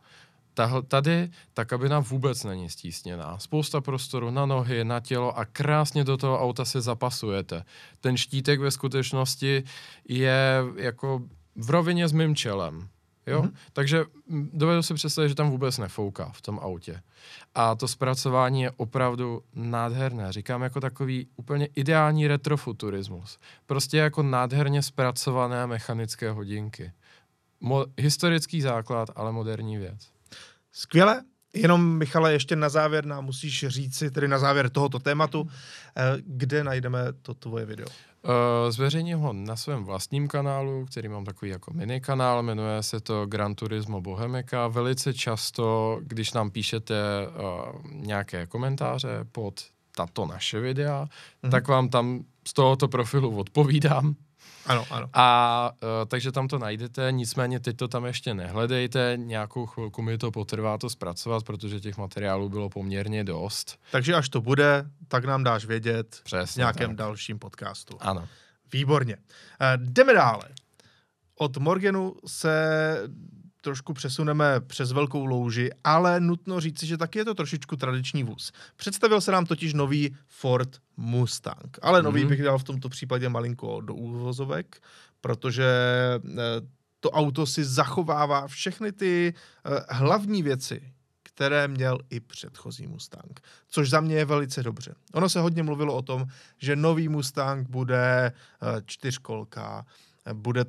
Tady ta kabina vůbec není stísněná. Spousta prostoru na nohy, na tělo a krásně do toho auta se zapasujete. Ten štítek ve skutečnosti je jako v rovině s mým čelem. Jo? Takže dovedu si představit, že tam vůbec nefouká v tom autě. A to zpracování je opravdu nádherné. Říkám jako takový úplně ideální retrofuturismus. Prostě jako nádherně zpracované mechanické hodinky. Historický základ, ale moderní věc. Skvěle. Jenom, Michale, ještě na závěr nám musíš říci, tedy na závěr tohoto tématu, kde najdeme to tvoje video. Zveřejním ho na svém vlastním kanálu, který mám takový jako mini kanál, jmenuje se to Gran Turismo Bohemica. Velice často, když nám píšete nějaké komentáře pod tato naše videa, tak vám tam z tohoto profilu odpovídám. Ano. A takže tam to najdete, nicméně teď to tam ještě nehledejte, nějakou chvilku mi to potrvá to zpracovat, protože těch materiálů bylo poměrně dost. Takže až to bude, tak nám dáš vědět v nějakém dalším podcastu. Ano. Výborně. Jdeme dále. Od Morganu se trošku přesuneme přes velkou louži, ale nutno říci, že taky je to trošičku tradiční vůz. Představil se nám totiž nový Ford Mustang, ale nový bych dal v tomto případě malinko do úvozovek, protože to auto si zachovává všechny ty hlavní věci, které měl i předchozí Mustang, což za mě je velice dobře. Ono se hodně mluvilo o tom, že nový Mustang bude 4kolka, bude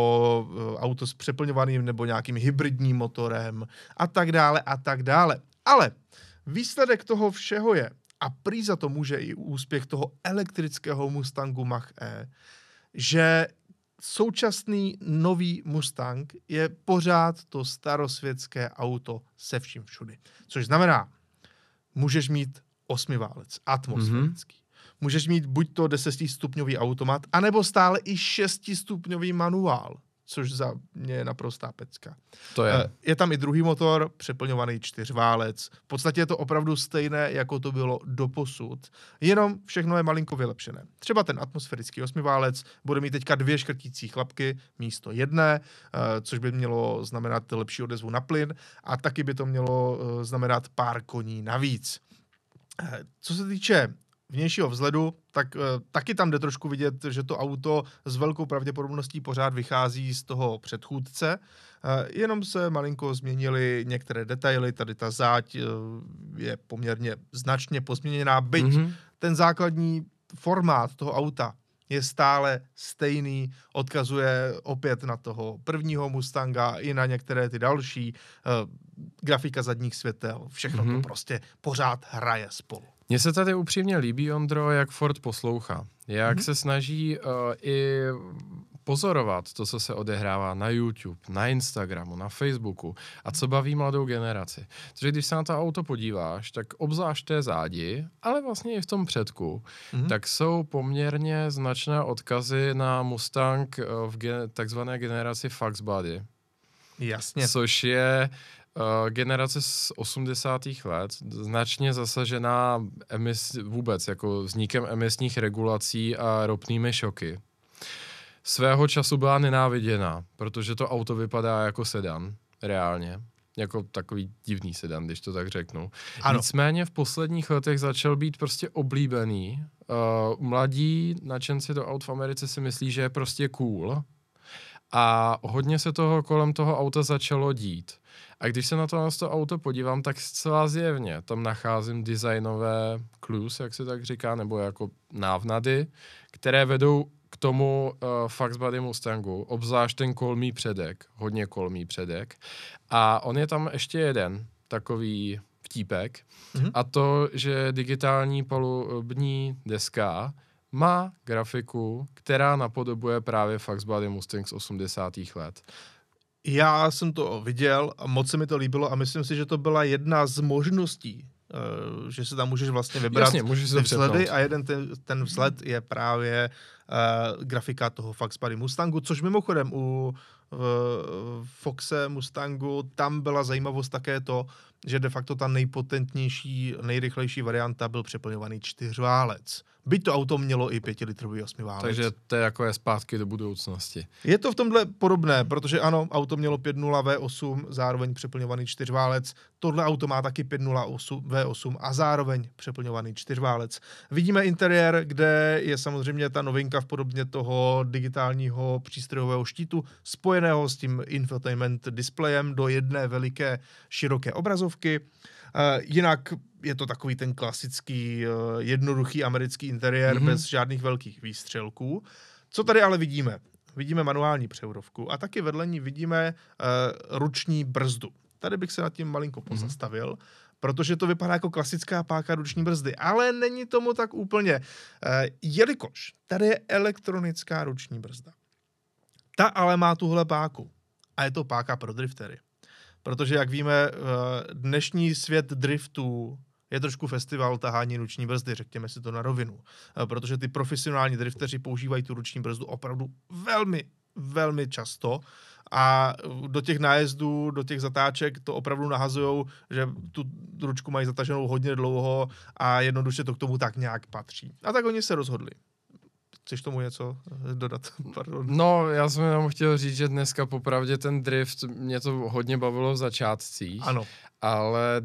to auto s přeplňovaným nebo nějakým hybridním motorem a tak dále a tak dále. Ale výsledek toho všeho je, a prý za to může i úspěch toho elektrického Mustangu Mach-E, že současný nový Mustang je pořád to starosvětské auto se vším všudy. Což znamená, můžeš mít 8válec atmosférický. Můžeš mít buď to 10stupňový automat, anebo stále i 6stupňový manuál, což za mě je naprostá pecka. To je. Je tam i druhý motor, přeplňovaný 4válec. V podstatě je to opravdu stejné, jako to bylo doposud, jenom všechno je malinko vylepšené. Třeba ten atmosférický 8válec bude mít teďka 2 škrtící chlapky místo 1, což by mělo znamenat lepší odezvu na plyn a taky by to mělo znamenat pár koní navíc. Co se týče vnějšího vzhledu, tak taky tam jde trošku vidět, že to auto s velkou pravděpodobností pořád vychází z toho předchůdce, jenom se malinko změnily některé detaily, tady ta záď je poměrně značně pozměněná, byť ten základní formát toho auta je stále stejný, odkazuje opět na toho prvního Mustanga i na některé ty další, grafika zadních světel, všechno to prostě pořád hraje spolu. Mně se tady upřímně líbí, Ondro, jak Ford poslouchá. Jak se snaží i pozorovat to, co se odehrává na YouTube, na Instagramu, na Facebooku a co baví mladou generaci. Takže když se na to auto podíváš, tak obzvlášť té zádi, ale vlastně i v tom předku, tak jsou poměrně značné odkazy na Mustang v takzvané generaci Foxbody. Jasně. Což je generace z 80. let, značně zasažená vůbec jako vznikem emisních regulací a ropnými šoky. Svého času byla nenáviděná, protože to auto vypadá jako sedan, reálně. Jako takový divný sedan, když to tak řeknu. Ano. Nicméně v posledních letech začal být prostě oblíbený. Mladí nadšenci do aut v Americe si myslí, že je prostě cool. A hodně se toho kolem toho auta začalo dít. A když se na to auto podívám, tak zcela zjevně tam nacházím designové clues, jak se tak říká, nebo jako návnady, které vedou k tomu Foxbody Mustangu, obzvlášť ten kolmý předek, hodně kolmý předek. A on je tam ještě jeden takový vtípek, a to, že digitální palubní deska má grafiku, která napodobuje právě Foxbody Mustang z 80. let. Já jsem to viděl a moc se mi to líbilo a myslím si, že to byla jedna z možností, že se tam můžeš vlastně vybrat ty vzhledy a jeden ten vzhled je právě grafika toho Foxbody Mustangu, což mimochodem u Foxe Mustangu tam byla zajímavost také to, že de facto ta nejpotentnější, nejrychlejší varianta byl přeplňovaný 4válec. Byť to auto mělo i 5-litrový 8válec. Takže to je jako zpátky do budoucnosti. Je to v tomhle podobné, protože ano, auto mělo 5.0 V8, zároveň přeplňovaný 4válec. Tohle auto má taky 5.0 V8 a zároveň přeplňovaný 4válec. Vidíme interiér, kde je samozřejmě ta novinka v podobě toho digitálního přístrojového štítu spojeného s tím infotainment displejem do jedné veliké široké obrazovky. Jinak je to takový ten klasický jednoduchý americký interiér bez žádných velkých výstřelků. Co tady ale vidíme? Vidíme manuální přeurovku a taky vedle ní vidíme ruční brzdu. Tady bych se nad tím malinko pozastavil, protože to vypadá jako klasická páka ruční brzdy, ale není tomu tak úplně, jelikož tady je elektronická ruční brzda. Ta ale má tuhle páku a je to páka pro driftery. Protože, jak víme, dnešní svět driftů je trošku festival tahání ruční brzdy, řekněme si to na rovinu. Protože ty profesionální drifteři používají tu ruční brzdu opravdu velmi, velmi často a do těch nájezdů, do těch zatáček to opravdu nahazujou, že tu ručku mají zataženou hodně dlouho a jednoduše to k tomu tak nějak patří. A tak oni se rozhodli. Chceš tomu něco dodat? Pardon. No, já jsem jenom chtěl říct, že dneska popravdě ten drift, mě to hodně bavilo v začátcích. Ano. Ale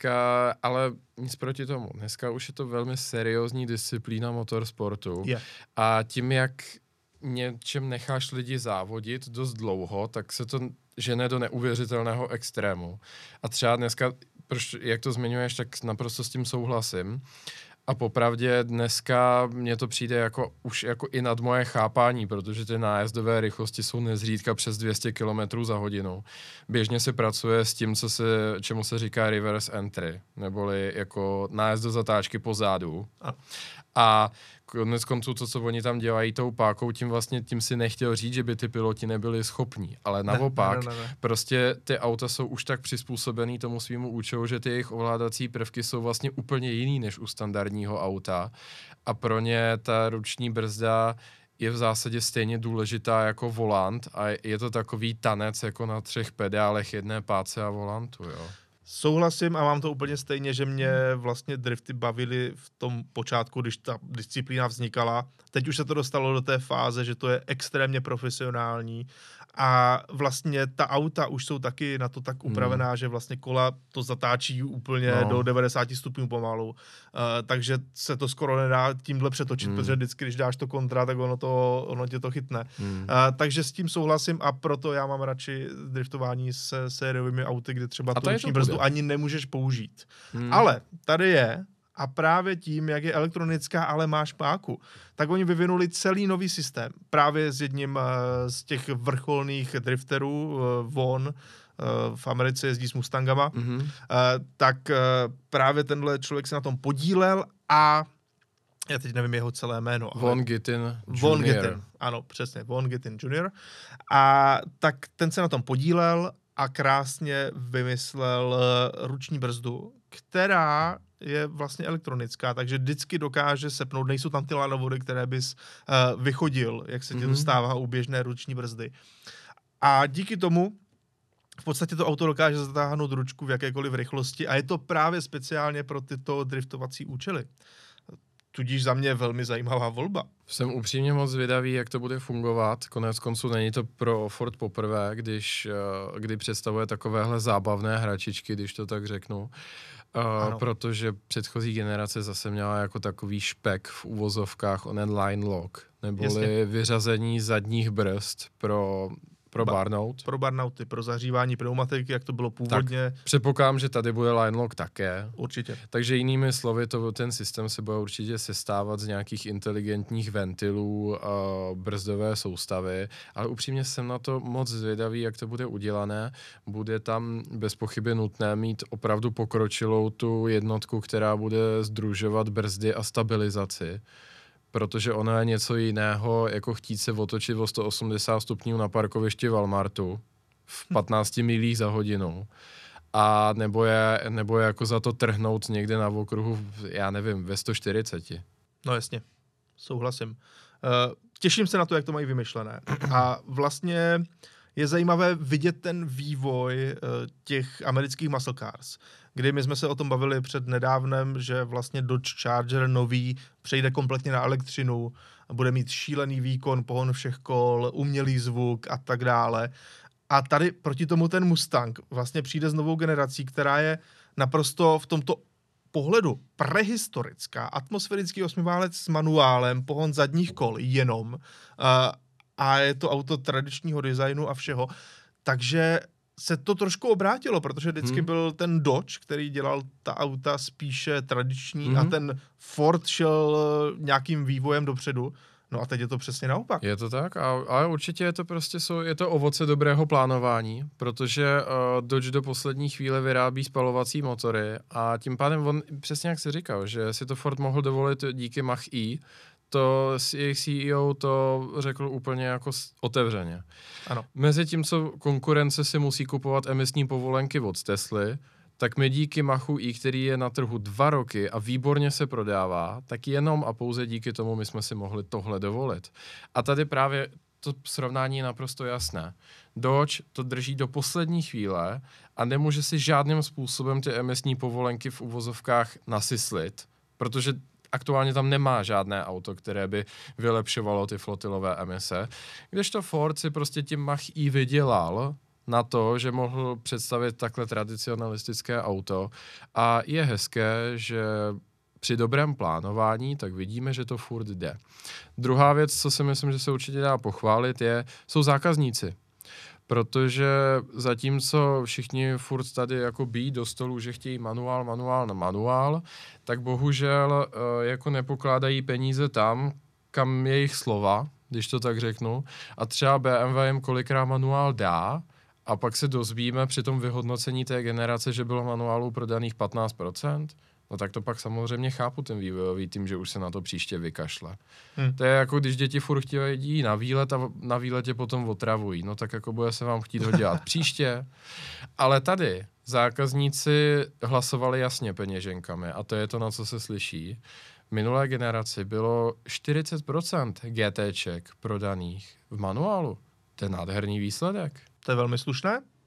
nic proti tomu. Dneska už je to velmi seriózní disciplína motorsportu. Yeah. A tím, jak něčem necháš lidi závodit dost dlouho, tak se to žene do neuvěřitelného extrému. A třeba dneska, jak to zmiňuješ, tak naprosto s tím souhlasím. A popravdě dneska mně to přijde jako už jako i nad moje chápání, protože ty nájezdové rychlosti jsou nezřídka přes 200 km za hodinu. Běžně se pracuje s tím, čemu se říká reverse entry, neboli jako nájezd do zatáčky pozadu. A konec konců to, co oni tam dělají tou pákou, tím si nechtěl říct, že by ty piloti nebyli schopní. Ale naopak, prostě ty auta jsou už tak přizpůsobený tomu svýmu účelu, že ty jejich ovládací prvky jsou vlastně úplně jiný než u standardního auta. A pro ně ta ruční brzda je v zásadě stejně důležitá jako volant a je to takový tanec jako na 3 pedálech, jedné páce a volantu, jo. Souhlasím a mám to úplně stejně, že mě vlastně drifty bavily v tom počátku, když ta disciplína vznikala. Teď už se to dostalo do té fáze, že to je extrémně profesionální a vlastně ta auta už jsou taky na to tak upravená, že vlastně kola to zatáčí úplně do 90 stupňů pomalu. Takže se to skoro nedá tímhle přetočit, protože vždycky, když dáš to kontra, tak ono tě to chytne. Takže s tím souhlasím a proto já mám radši driftování se sériovými auty, kde třeba tu ruční brzdu ani nemůžeš použít. Ale tady je, a právě tím, jak je elektronická, ale máš páku, tak oni vyvinuli celý nový systém. Právě s jedním z těch vrcholných drifterů, Vaughn, v Americe jezdí s Mustangama, tak právě tenhle člověk se na tom podílel a já teď nevím jeho celé jméno. Vaughn Gittin Jr. Ano, přesně, Vaughn Gittin Jr. A tak ten se na tom podílel a krásně vymyslel ruční brzdu, která je vlastně elektronická, takže vždycky dokáže sepnout, nejsou tam ty lanovody, které bys vychodil, jak se ti to stává u běžné ruční brzdy. A díky tomu v podstatě to auto dokáže zatáhnout ručku v jakékoliv rychlosti a je to právě speciálně pro tyto driftovací účely. Tudíž za mě velmi zajímavá volba. Jsem upřímně moc zvědavý, jak to bude fungovat. Konec konců není to pro Ford poprvé, kdy představuje takovéhle zábavné hračičky, když to tak řeknu. Protože předchozí generace zase měla jako takový špek v uvozovkách onen line lock, neboli vyřazení zadních brzd pro burnout. Pro burnouty, pro zahřívání pneumatiky, jak to bylo původně. Tak předpokládám, že tady bude line lock také. Určitě. Takže jinými slovy, ten systém se bude určitě sestávat z nějakých inteligentních ventilů, brzdové soustavy, ale upřímně jsem na to moc zvědavý, jak to bude udělané. Bude tam bez pochyby nutné mít opravdu pokročilou tu jednotku, která bude sdružovat brzdy a stabilizaci. Protože ono je něco jiného, jako chtít se otočit o 180 stupňů na parkovišti Walmartu v 15 milích za hodinu. A nebo je jako za to trhnout někde na okruhu, já nevím, ve 140. No jasně, souhlasím. Těším se na to, jak to mají vymyšlené. A vlastně je zajímavé vidět ten vývoj těch amerických muscle cars, kdy my jsme se o tom bavili před nedávnem, že vlastně Dodge Charger nový přejde kompletně na elektřinu, bude mít šílený výkon, pohon všech kol, umělý zvuk a tak dále. A tady proti tomu ten Mustang vlastně přijde s novou generací, která je naprosto v tomto pohledu prehistorická, atmosférický osmiválec s manuálem, pohon zadních kol jenom, a je to auto tradičního designu a všeho. Takže se to trošku obrátilo, protože vždycky byl ten Dodge, který dělal ta auta spíše tradiční a ten Ford šel nějakým vývojem dopředu. No a teď je to přesně naopak. Je to tak, ale určitě je to prostě je to ovoce dobrého plánování, protože Dodge do poslední chvíle vyrábí spalovací motory a tím pádem on, přesně jak jsi říkal, že si to Ford mohl dovolit díky Mach-E, to jejich CEO to řekl úplně jako otevřeně. Ano. Mezi tím, co konkurence si musí kupovat emisní povolenky od Tesly, tak my díky Machu E, který je na trhu 2 roky a výborně se prodává, tak jenom a pouze díky tomu my jsme si mohli tohle dovolit. A tady právě to srovnání je naprosto jasné. Dodge to drží do poslední chvíle a nemůže si žádným způsobem ty emisní povolenky v uvozovkách nasyslit, protože aktuálně tam nemá žádné auto, které by vylepšovalo ty flotilové emise. Kdežto Ford si prostě tím Mach-E vydělal na to, že mohl představit takhle tradicionalistické auto a je hezké, že při dobrém plánování tak vidíme, že to furt jde. Druhá věc, co si myslím, že se určitě dá pochválit, jsou zákazníci. Protože zatímco všichni furt tady jako bijí do stolu, že chtějí manuál, tak bohužel jako nepokládají peníze tam, kam je jejich slova, když to tak řeknu. A třeba BMW jim kolikrát manuál dá a pak se dozvíme při tom vyhodnocení té generace, že bylo manuálů prodaných 15%. No tak to pak samozřejmě chápu ten vývojový tým, že už se na to příště vykašle. To je jako když děti furt chtějí na výlet a na výletě potom otravují. No tak jako bude se vám chtít ho dělat příště. Ale tady zákazníci hlasovali jasně peněženkami a to je to, na co se slyší. V minulé generaci bylo 40% GTček prodaných v manuálu. To je nádherný výsledek. To je velmi slušné.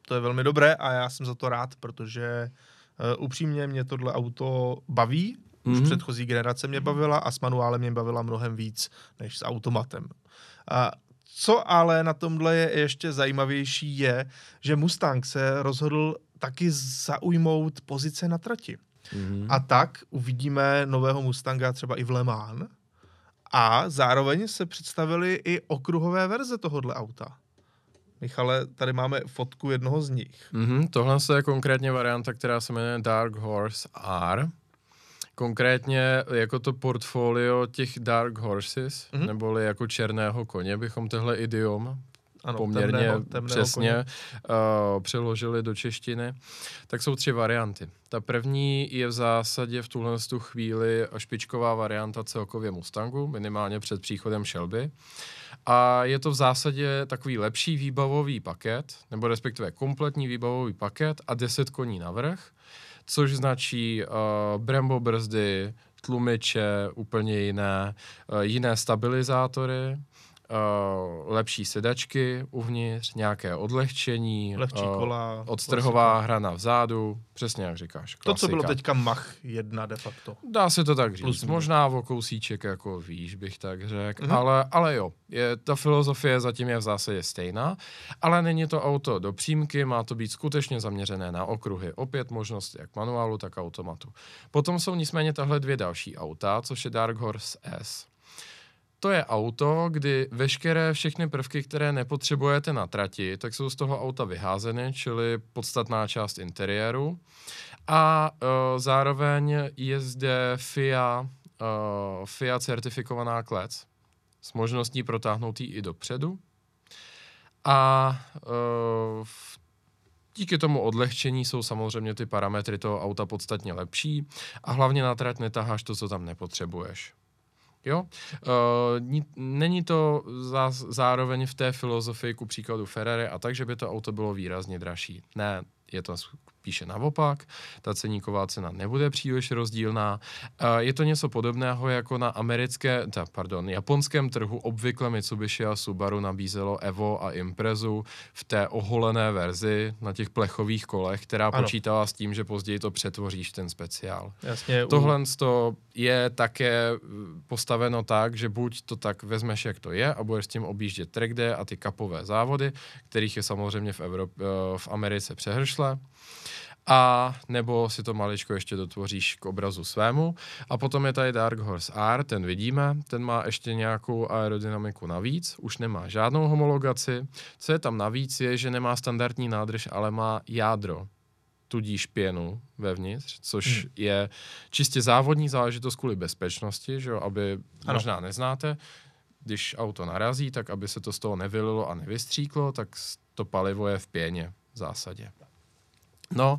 to je velmi dobré a já jsem za to rád, protože upřímně mě tohle auto baví. Už předchozí generace mě bavila a s manuálem mě bavila mnohem víc než s automatem. Co ale na tomhle je ještě zajímavější je, že Mustang se rozhodl taky zaujmout pozice na trati. A tak uvidíme nového Mustanga třeba i v Le Mans a zároveň se představily i okruhové verze tohohle auta. Michale, tady máme fotku jednoho z nich. Tohle je konkrétně varianta, která se jmenuje Dark Horse R. Konkrétně jako to portfolio těch Dark Horses, neboli jako černého koně, bychom tehle idiom poměrně temného přesně přeložili do češtiny, tak jsou 3 varianty. Ta první je v zásadě v tuhle chvíli špičková varianta celkově Mustangu, minimálně před příchodem Shelby. A je to v zásadě takový lepší výbavový paket, nebo respektive kompletní výbavový paket a 10 koní navrch, což značí Brembo brzdy, tlumiče, úplně jiné stabilizátory, lepší sedačky uvnitř, nějaké odlehčení, lehčí kola, odstrhová hrana vzadu, přesně jak říkáš. Klasika. To, co bylo teďka Mach 1 de facto. Dá se to tak říct. Možná o kousíček jako výš, bych tak řekl, ale jo, ta filozofie zatím je v zásadě stejná, ale není to auto do přímky, má to být skutečně zaměřené na okruhy. Opět možnost jak manuálu, tak automatu. Potom jsou nicméně tahle 2 další auta, což je Dark Horse S. To je auto, kdy všechny prvky, které nepotřebujete na trati, tak jsou z toho auta vyházeny, čili podstatná část interiéru. A zároveň je zde FIA certifikovaná klec s možností protáhnout ji i dopředu. A díky tomu odlehčení jsou samozřejmě ty parametry toho auta podstatně lepší a hlavně na trať netaháš to, co tam nepotřebuješ. Jo? Není to zároveň v té filozofii ku příkladu Ferrari a tak, že by to auto bylo výrazně dražší. Ne, je to spíše naopak, ta ceníková cena nebude příliš rozdílná. Je to něco podobného jako na japonském trhu obvykle Mitsubishi a Subaru nabízelo Evo a Imprezu v té oholené verzi na těch plechových kolech, která počítala s tím, že později to přetvoříš v ten speciál. Jasně, Tohle je také postaveno tak, že buď to tak vezmeš, jak to je a budeš s tím objíždět track day a ty kapové závody, kterých je samozřejmě v Americe přehršle, a nebo si to maličko ještě dotvoříš k obrazu svému. A potom je tady Dark Horse R, ten vidíme, ten má ještě nějakou aerodynamiku navíc, už nemá žádnou homologaci. Co je tam navíc je, že nemá standardní nádrž, ale má jádro, tudíž pěnu vevnitř, což je čistě závodní záležitost kvůli bezpečnosti, že jo, aby možná neznáte, když auto narazí, tak aby se to z toho nevylilo a nevystříklo, tak to palivo je v pěně v zásadě. No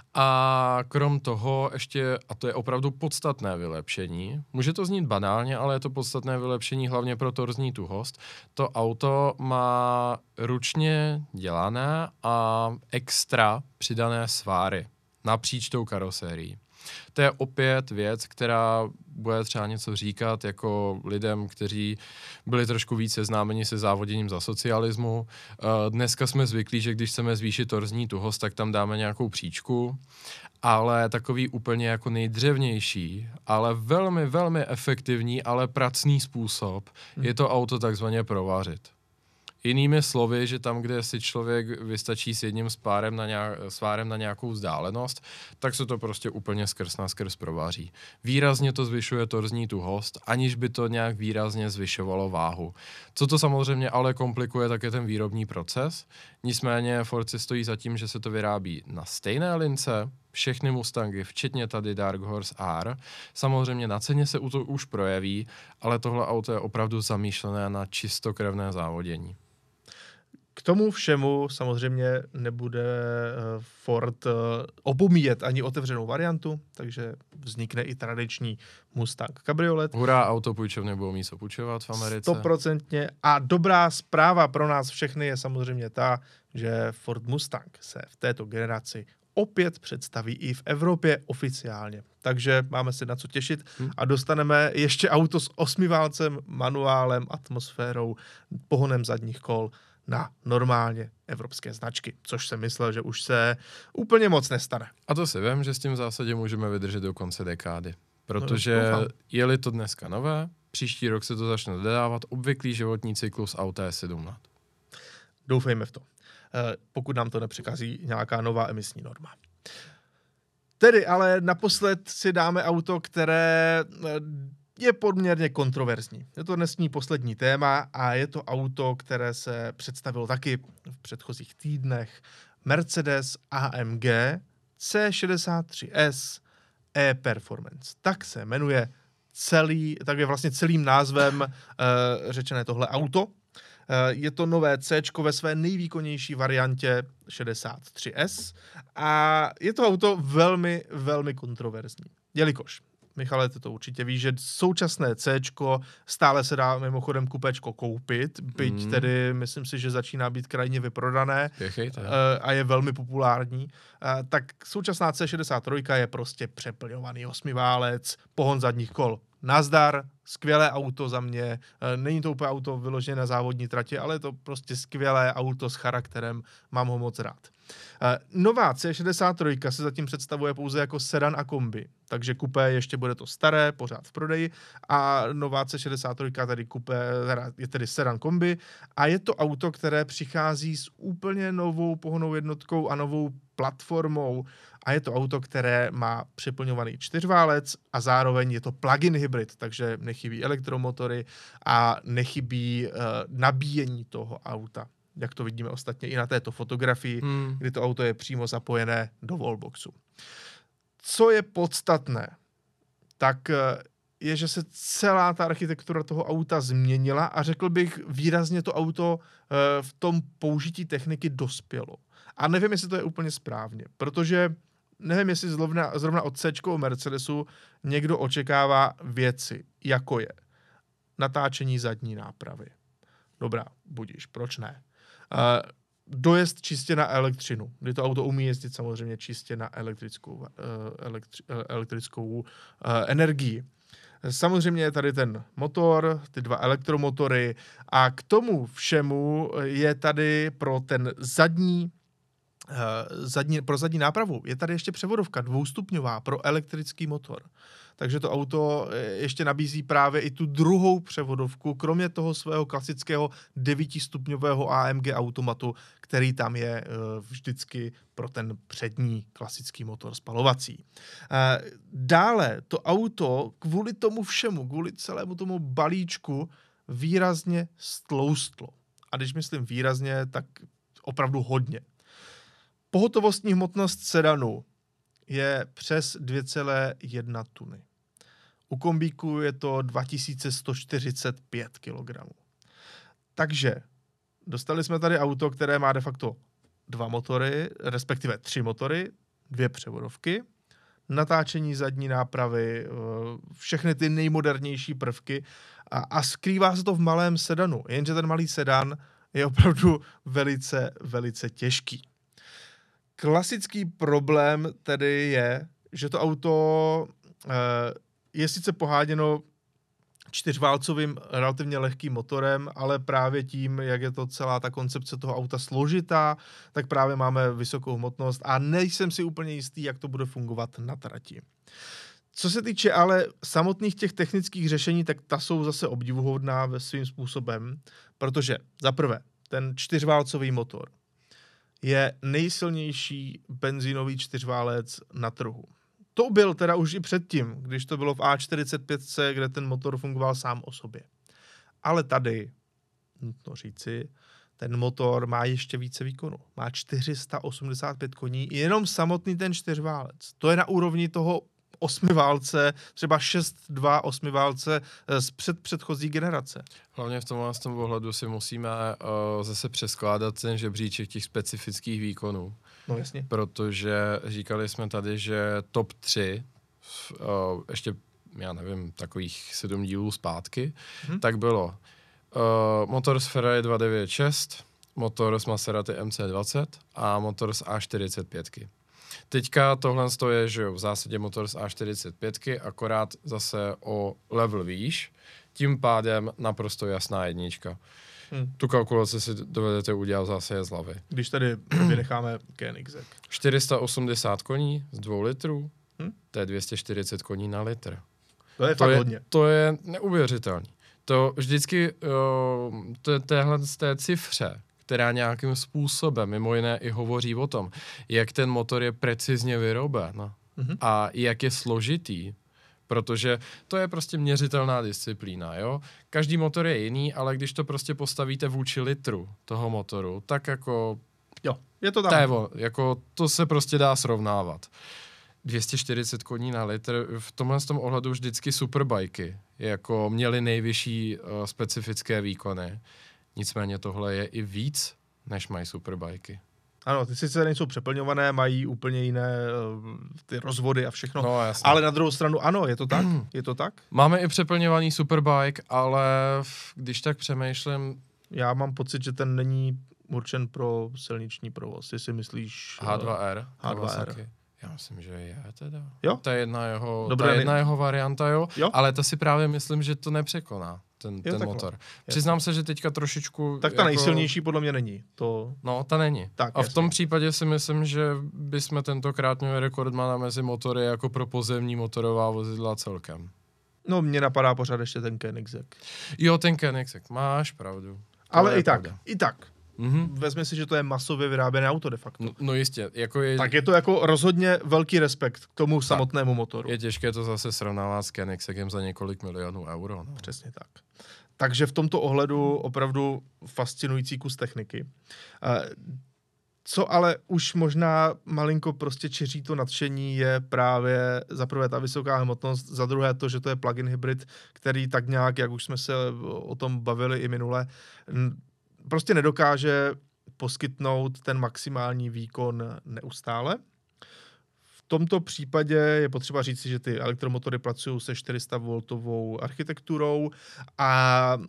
a krom toho ještě, a to je opravdu podstatné vylepšení, může to znít banálně, ale je to podstatné vylepšení hlavně pro torzní tuhost, to auto má ručně dělané a extra přidané sváry napříč tou karosérií. To je opět věc, která bude třeba něco říkat jako lidem, kteří byli trošku víc seznámeni se závoděním za socialismu. Dneska jsme zvyklí, že když chceme zvýšit torzní tuhost, tak tam dáme nějakou příčku, ale takový úplně jako nejdřevnější, ale velmi, velmi efektivní, ale pracný způsob je to auto takzvaně provařit. Jinými slovy, že tam, kde si člověk vystačí s jedním svárem na nějakou vzdálenost, tak se to prostě úplně skrz na skrz provaří. Výrazně to zvyšuje torzní tuhost, aniž by to nějak výrazně zvyšovalo váhu. Co to samozřejmě ale komplikuje, tak je ten výrobní proces. Nicméně Ford si stojí za tím, že se to vyrábí na stejné lince, všechny Mustangy, včetně tady Dark Horse R. Samozřejmě na ceně se to už projeví, ale tohle auto je opravdu zamýšlené na čistokrevné závodění. K tomu všemu samozřejmě nebude Ford opomíjet ani otevřenou variantu, takže vznikne i tradiční Mustang kabriolet. Hurá, autopůjčovny budou mít co půjčovat v Americe. 100%. A dobrá zpráva pro nás všechny je samozřejmě ta, že Ford Mustang se v této generaci opět představí i v Evropě oficiálně. Takže máme se na co těšit a dostaneme ještě auto s 8válcem, manuálem, atmosférou, pohonem zadních kol na normálně evropské značky, což jsem myslel, že už se úplně moc nestane. A to si vím, že s tím v zásadě můžeme vydržet do konce dekády, protože je-li to dneska nové, příští rok se to začne dodávat, obvyklý životní cyklus auta je 7 let. Doufejme v to. Pokud nám to nepřekazí nějaká nová emisní norma. Tedy ale naposled si dáme auto, které je poměrně kontroverzní. Je to dnesní poslední téma a je to auto, které se představilo taky v předchozích týdnech. Mercedes AMG C63S E-Performance. Tak se jmenuje tak je vlastně celým názvem řečené tohle auto. Je to nové C ve své nejvýkonnější variantě 63S a je to auto velmi, velmi kontroverzní. Jelikož, Michale, ty to určitě víš, že současné C stále se dá mimochodem kupéčko koupit, byť tedy myslím si, že začíná být krajně vyprodané a je velmi populární. Tak současná C63 je prostě přeplňovaný osmiválec, pohon zadních kol. Nazdar, skvělé auto za mě, není to úplně auto vyložené na závodní trati, ale je to prostě skvělé auto s charakterem, mám ho moc rád. Nová C63 se zatím představuje pouze jako sedan a kombi, takže kupé ještě bude to staré, pořád v prodeji a nová C63 tady kupé je tedy sedan kombi a je to auto, které přichází s úplně novou pohonnou jednotkou a novou platformou a je to auto, které má přeplňovaný čtyřválec a zároveň je to plug-in hybrid, takže nechybí elektromotory a nechybí nabíjení toho auta. Jak to vidíme ostatně i na této fotografii, kdy to auto je přímo zapojené do wallboxu. Co je podstatné, tak je, že se celá ta architektura toho auta změnila a řekl bych, výrazně to auto v tom použití techniky dospělo. A nevím, jestli to je úplně správně, protože nevím, jestli zrovna od C-čkového Mercedesu někdo očekává věci, jako je natáčení zadní nápravy. Dobrá, budíš, proč ne? Dojezd čistě na elektřinu, kdy to auto umí jezdit samozřejmě čistě na elektrickou energii. Samozřejmě je tady ten motor, ty dva elektromotory a k tomu všemu je tady pro ten pro zadní nápravu je tady ještě převodovka dvoustupňová pro elektrický motor. Takže to auto ještě nabízí právě i tu druhou převodovku, kromě toho svého klasického 9stupňového AMG automatu, který tam je vždycky pro ten přední klasický motor spalovací. Dále to auto kvůli tomu všemu, kvůli celému tomu balíčku výrazně stloustlo. A když myslím výrazně, tak opravdu hodně. Pohotovostní hmotnost sedanu je přes 2,1 tuny. U kombíku je to 2145 kg. Takže dostali jsme tady auto, které má de facto 2 motory, respektive 3 motory, 2 převodovky, natáčení zadní nápravy, všechny ty nejmodernější prvky a skrývá se to v malém sedanu. Jenže ten malý sedan je opravdu velice, velice těžký. Klasický problém tedy je, že to auto je sice poháněno čtyřválcovým relativně lehkým motorem, ale právě tím, jak je to celá ta koncepce toho auta složitá, tak právě máme vysokou hmotnost a nejsem si úplně jistý, jak to bude fungovat na trati. Co se týče ale samotných těch technických řešení, tak ta jsou zase obdivuhodná ve svým způsobem, protože za prvé, ten čtyřválcový motor je nejsilnější benzínový čtyřválec na trhu. To byl teda už i předtím, když to bylo v A45, kde ten motor fungoval sám o sobě. Ale tady, nutno říci, ten motor má ještě více výkonu. Má 485 koní, jenom samotný ten čtyřválec. To je na úrovni toho osmiválce, třeba 6.2 osmiválce z předchozí generace. Hlavně v tomhle ohledu si musíme zase přeskládat ten žebříček těch specifických výkonů. No jasně. Protože říkali jsme tady, že top 3, ještě, já nevím, takových 7 dílů zpátky, tak bylo motor z Ferrari 296, motor z Maserati MC20 a motor z A45. Teďka tohle je, že jo, v zásadě motor z A45, akorát zase o level výš, tím pádem naprosto jasná jednička. Tu kalkulaci si dovedete udělat zase z hlavy. Když tady vynecháme Koenigsegg. 480 koní z 2 litrů, to je 240 koní na litr. To je fakt hodně. To je neuvěřitelný. To vždycky téhle z té cifře, která nějakým způsobem, mimo jiné i hovoří o tom, jak ten motor je precizně vyroben a jak je složitý, protože to je prostě měřitelná disciplína, jo. Každý motor je jiný, ale když to prostě postavíte vůči litru toho motoru, tak jako... Jo, je to tam. Jako to se prostě dá srovnávat. 240 koní na litr, v tomhle tom ohledu vždycky superbajky jako měly nejvyšší specifické výkony. Nicméně tohle je i víc, než mají superbajky. Ano, ty sice nejsou přeplňované, mají úplně jiné ty rozvody a všechno. No, jasně. Ale na druhou stranu, ano, je to tak? Je to tak? Máme i přeplňovaný superbike, ale když tak přemýšlím... Já mám pocit, že ten není určen pro silniční provoz. Ty si myslíš... H2R. H2R. Já myslím, že je teda. Jo? To je jedna jeho varianta, jo? Ale to si právě myslím, že to nepřekoná, ten motor. Přiznám se, že teďka trošičku... Tak ta nejsilnější podle mě není. To... No, ta není. Tak, a v tom případě si myslím, že bychom tentokrát měli rekordmana mezi motory jako pro pozemní motorová vozidla celkem. No, mně napadá pořád ještě ten Koenigsegg. Jo, ten Koenigsegg, máš pravdu. Ale i tak. Vezmi si, že to je masově vyráběné auto de facto. No jistě. Tak je to jako rozhodně velký respekt k tomu samotnému motoru. Je těžké to zase srovnávat s Koenigseggem za několik milionů euro. No. Přesně tak. Takže v tomto ohledu opravdu fascinující kus techniky. Co ale už možná malinko prostě čiří to nadšení je právě za prvé ta vysoká hmotnost, za druhé to, že to je plug-in hybrid, který tak nějak, jak už jsme se o tom bavili i minule, prostě nedokáže poskytnout ten maximální výkon neustále. V tomto případě je potřeba říci, že ty elektromotory pracují se 400V architekturou a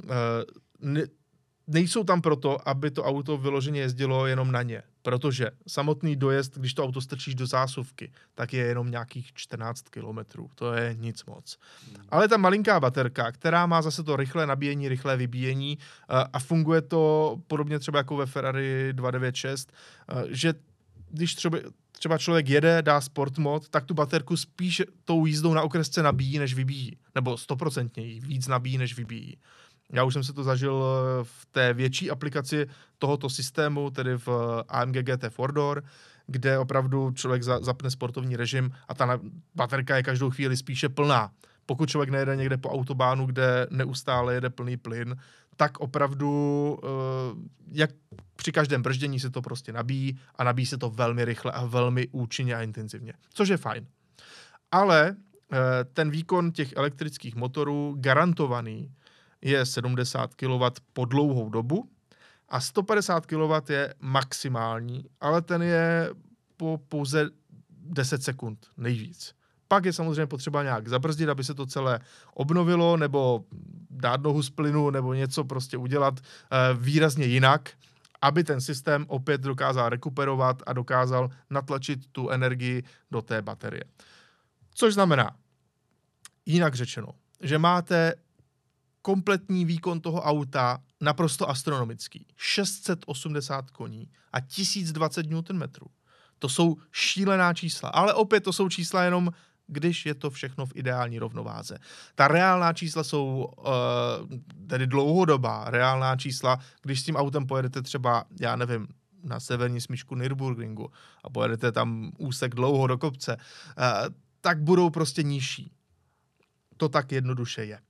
nejsou tam proto, aby to auto vyloženě jezdilo jenom na ně. Protože samotný dojezd, když to auto strčíš do zásuvky, tak je jenom nějakých 14 kilometrů. To je nic moc. Ale ta malinká baterka, která má zase to rychlé nabíjení, rychlé vybíjení a funguje to podobně třeba jako ve Ferrari 296, že když třeba člověk jede, dá sport mod, tak tu baterku spíš tou jízdou na okresce nabíjí, než vybíjí. Nebo 100% víc nabíjí, než vybíjí. Já už jsem se to zažil v té větší aplikaci tohoto systému, tedy v AMG GT 4Door, kde opravdu člověk zapne sportovní režim a ta baterka je každou chvíli spíše plná. Pokud člověk nejede někde po autobánu, kde neustále jede plný plyn, tak opravdu, jak při každém brždění se to prostě nabíjí a nabíjí se to velmi rychle a velmi účinně a intenzivně, což je fajn. Ale ten výkon těch elektrických motorů garantovaný je 70 kW po dlouhou dobu a 150 kW je maximální, ale ten je po pouze 10 sekund nejvíc. Pak je samozřejmě potřeba nějak zabrzdit, aby se to celé obnovilo, nebo dát nohu z plynu, nebo něco prostě udělat výrazně jinak, aby ten systém opět dokázal rekuperovat a dokázal natlačit tu energii do té baterie. Což znamená, jinak řečeno, že máte kompletní výkon toho auta naprosto astronomický. 680 koní a 1020 Nm. To jsou šílená čísla, ale opět to jsou čísla jenom, když je to všechno v ideální rovnováze. Ta reálná čísla jsou tedy dlouhodobá reálná čísla, když s tím autem pojedete třeba, já nevím, na severní smyčku Nürburgringu a pojedete tam úsek dlouho do kopce, tak budou prostě nižší. To tak jednoduše je.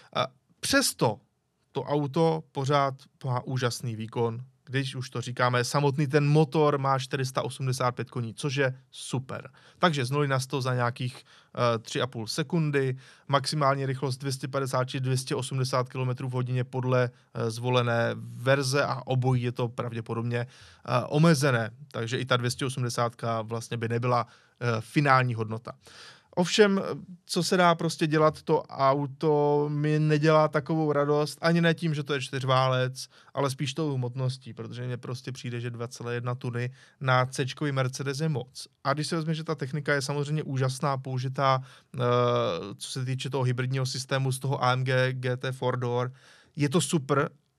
Přesto to auto pořád má úžasný výkon. Když už to říkáme, samotný ten motor má 485 koní, což je super. Takže z 0 na 100 za nějakých 3,5 sekundy, maximální rychlost 250 či 280 km v hodině podle zvolené verze a obojí je to pravděpodobně omezené. Takže i ta 280 vlastně by nebyla finální hodnota. Ovšem, co se dá prostě dělat, to auto mi nedělá takovou radost, ani ne tím, že to je čtyřválec, ale spíš tou hmotností, protože mně prostě přijde, že 2,1 tuny na C-čkový Mercedes je moc. A když se vezme, že ta technika je samozřejmě úžasná, použitá, co se týče toho hybridního systému z toho AMG GT 4Door, je to super,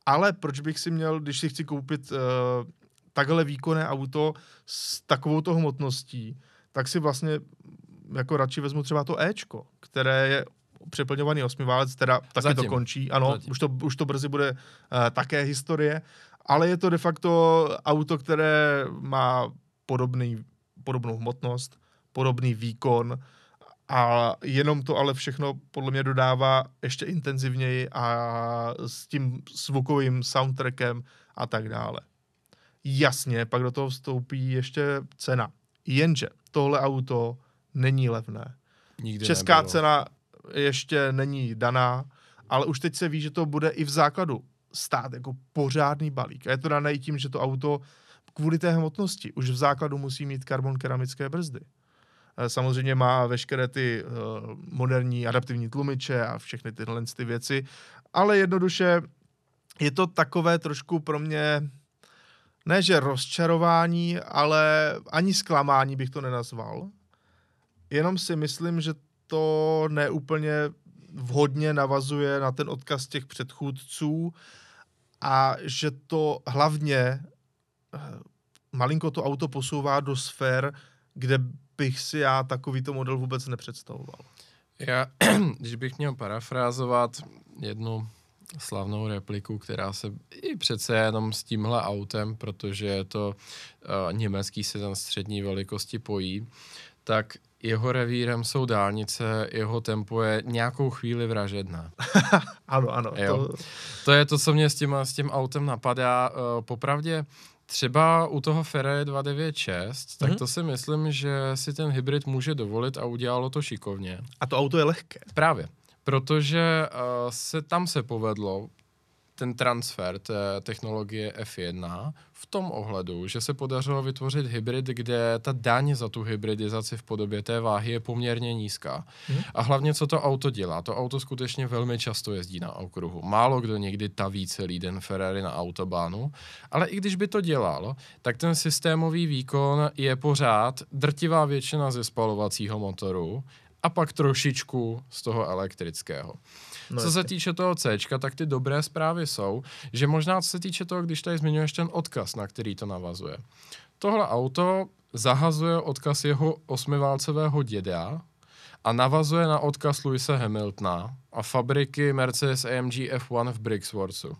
ale proč bych si měl, když si chci koupit takhle výkonné auto s takovouto hmotností, tak si vlastně jako radši vezmu třeba to Ečko, které je přeplňovaný 8válec, teda taky Zatím. to končí, ano, už to brzy bude také historie, ale je to de facto auto, které má podobnou hmotnost, podobný výkon a jenom to ale všechno podle mě dodává ještě intenzivněji a s tím zvukovým soundtrackem a tak dále. Jasně, pak do toho vstoupí ještě cena. Jenže tohle auto není levné. Nikdy Česká nebylo. cena ještě není daná, ale už teď se ví, že to bude i v základu stát jako pořádný balík. A je to dané i tím, že to auto kvůli té hmotnosti už v základu musí mít karbon keramické brzdy. Samozřejmě má veškeré ty moderní adaptivní tlumiče a všechny tyhle ty věci, ale jednoduše je to takové trošku pro mě, ne že rozčarování, ale ani zklamání bych to nenazval. Jenom si myslím, že to neúplně vhodně navazuje na ten odkaz těch předchůdců a že to hlavně malinko to auto posouvá do sfér, kde bych si já takovýto model vůbec nepředstavoval. Já, když bych měl parafrázovat jednu slavnou repliku, která se i přece jenom s tímhle autem, protože je to německý sedan střední velikosti pojí, tak jeho revírem jsou dálnice, jeho tempo je nějakou chvíli vražedné. Ano. To je to, co mě s tím autem napadá. Popravdě třeba u toho Ferrari 296, tak to si myslím, že si ten hybrid může dovolit a udělalo to šikovně. A to auto je lehké. Právě, protože tam se povedlo ten transfer té technologie F1 v tom ohledu, že se podařilo vytvořit hybrid, kde ta daň za tu hybridizaci v podobě té váhy je poměrně nízká. A hlavně, co to auto dělá? To auto skutečně velmi často jezdí na okruhu. Málo kdo někdy taví celý den Ferrari na autobánu, ale i když by to dělal, tak ten systémový výkon je pořád drtivá většina ze spalovacího motoru a pak trošičku z toho elektrického. No co se týče toho Cčka, tak ty dobré zprávy jsou, že možná co se týče toho, když tady zmiňuješ ten odkaz, na který to navazuje. Tohle auto zahazuje odkaz jeho 8válcového děda a navazuje na odkaz Lewise Hamiltona a fabriky Mercedes-AMG F1 v Brixworthu.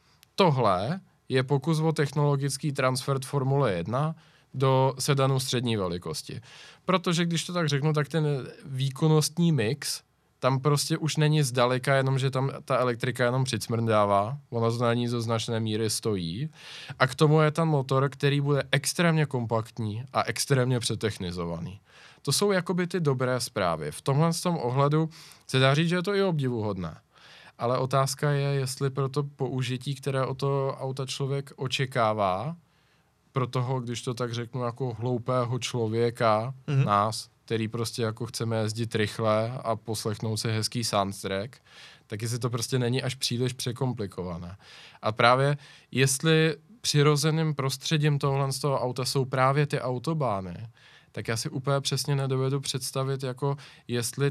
Tohle je pokus o technologický transfer Formule 1 do sedanu střední velikosti. Protože když to tak řeknu, tak ten výkonnostní mix tam prostě už není zdaleka, jenom že tam ta elektrika jenom přicmrdává, ona na ní do značné míry stojí a k tomu je ten motor, který bude extrémně kompaktní a extrémně přetechnizovaný. To jsou jakoby ty dobré zprávy. V tomhle tom ohledu se dá říct, že je to i obdivuhodné. Ale otázka je, jestli pro to použití, které o to auta člověk očekává, pro toho, když to tak řeknu, jako hloupého člověka, nás, který prostě jako chceme jezdit rychle a poslechnout si hezký soundtrack, tak jestli to prostě není až příliš překomplikované. A právě jestli přirozeným prostředím tohle z toho auta jsou právě ty autobány, tak já si úplně přesně nedovedu představit, jako jestli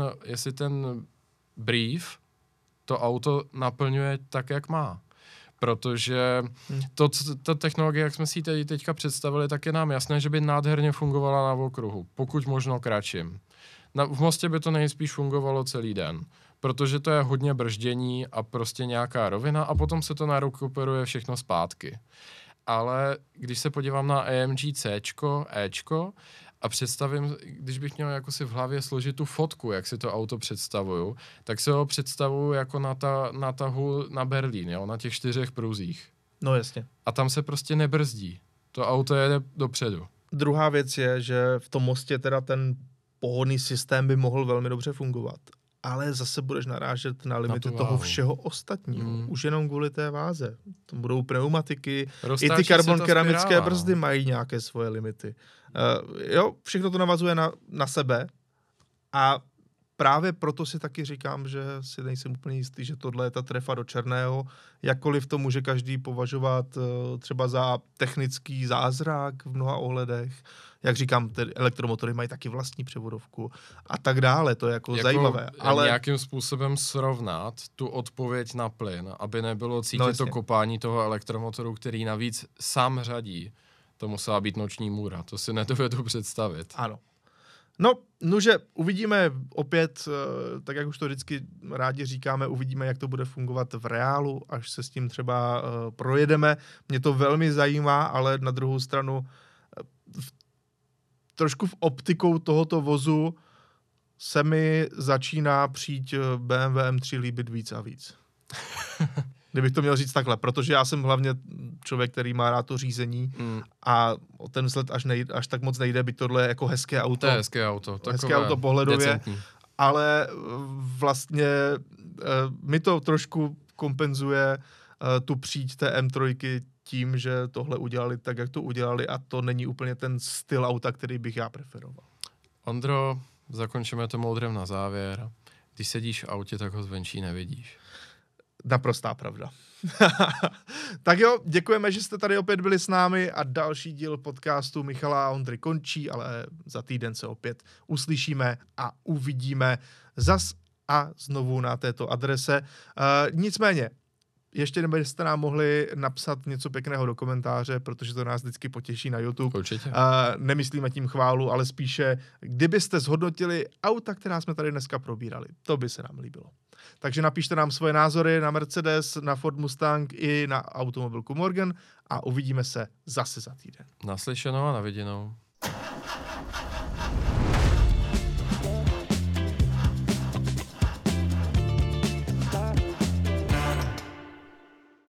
ten brief to auto naplňuje tak, jak má. Protože ta technologie, jak jsme si ji teďka představili, tak je nám jasné, že by nádherně fungovala na okruhu, pokud možno kratším. V Mostě by to nejspíš fungovalo celý den, protože to je hodně brždění a prostě nějaká rovina a potom se to narukoperuje všechno zpátky. Ale když se podívám na AMG Cčko, Ečko a představím, když bych měl jako si v hlavě složit tu fotku, jak si to auto představuju, tak se ho představuju jako na tahu na Berlín, jo, na těch 4 pruzích. No jasně. A tam se prostě nebrzdí. To auto jede dopředu. Druhá věc je, že v tom Mostě teda ten pohonný systém by mohl velmi dobře fungovat. Ale zase budeš narážet na limity toho všeho ostatního. Už jenom kvůli té váze. To budou pneumatiky, i ty karbon-keramické brzdy mají nějaké svoje limity. Jo, všechno to navazuje na sebe a právě proto si taky říkám, že si nejsem úplně jistý, že tohle je ta trefa do černého, jakkoliv to může každý považovat třeba za technický zázrak v mnoha ohledech. Jak říkám, ty elektromotory mají taky vlastní převodovku a tak dále, to je jako zajímavé. Ale nějakým způsobem srovnat tu odpověď na plyn, aby nebylo cítit to kopání toho elektromotoru, který navíc sám řadí. To musela být noční můra, to si nedovedu představit. Ano. No, nuže, uvidíme opět, tak jak už to vždycky rádi říkáme, uvidíme, jak to bude fungovat v reálu, až se s tím třeba projedeme. Mě to velmi zajímá, ale na druhou stranu trošku v optikou tohoto vozu se mi začíná přijít BMW M3 líbit víc a víc. Kdybych to měl říct takhle, protože já jsem hlavně člověk, který má rád to řízení a o ten vzhled až tak moc nejde, byť tohle je jako hezké auto. To je hezké auto. Hezké auto pohledově, decentní. ale vlastně mi to trošku kompenzuje tu příď té M3 tím, že tohle udělali tak, jak to udělali a to není úplně ten styl auta, který bych já preferoval. Ondro, zakončíme to moudrem na závěr. Když sedíš v autě, tak ho zvenčí nevidíš. Naprostá pravda. Tak jo, děkujeme, že jste tady opět byli s námi a další díl podcastu Michala a Ondry končí, ale za týden se opět uslyšíme a uvidíme zas a znovu na této adrese. Nicméně, ještě byste nám mohli napsat něco pěkného do komentáře, protože to nás vždycky potěší na YouTube. Určitě. Nemyslíme tím chválu, ale spíše, kdybyste zhodnotili auta, která jsme tady dneska probírali. To by se nám líbilo. Takže napište nám svoje názory na Mercedes, na Ford Mustang i na automobilku Morgan a uvidíme se zase za týden. Naslyšenou a na viděnou.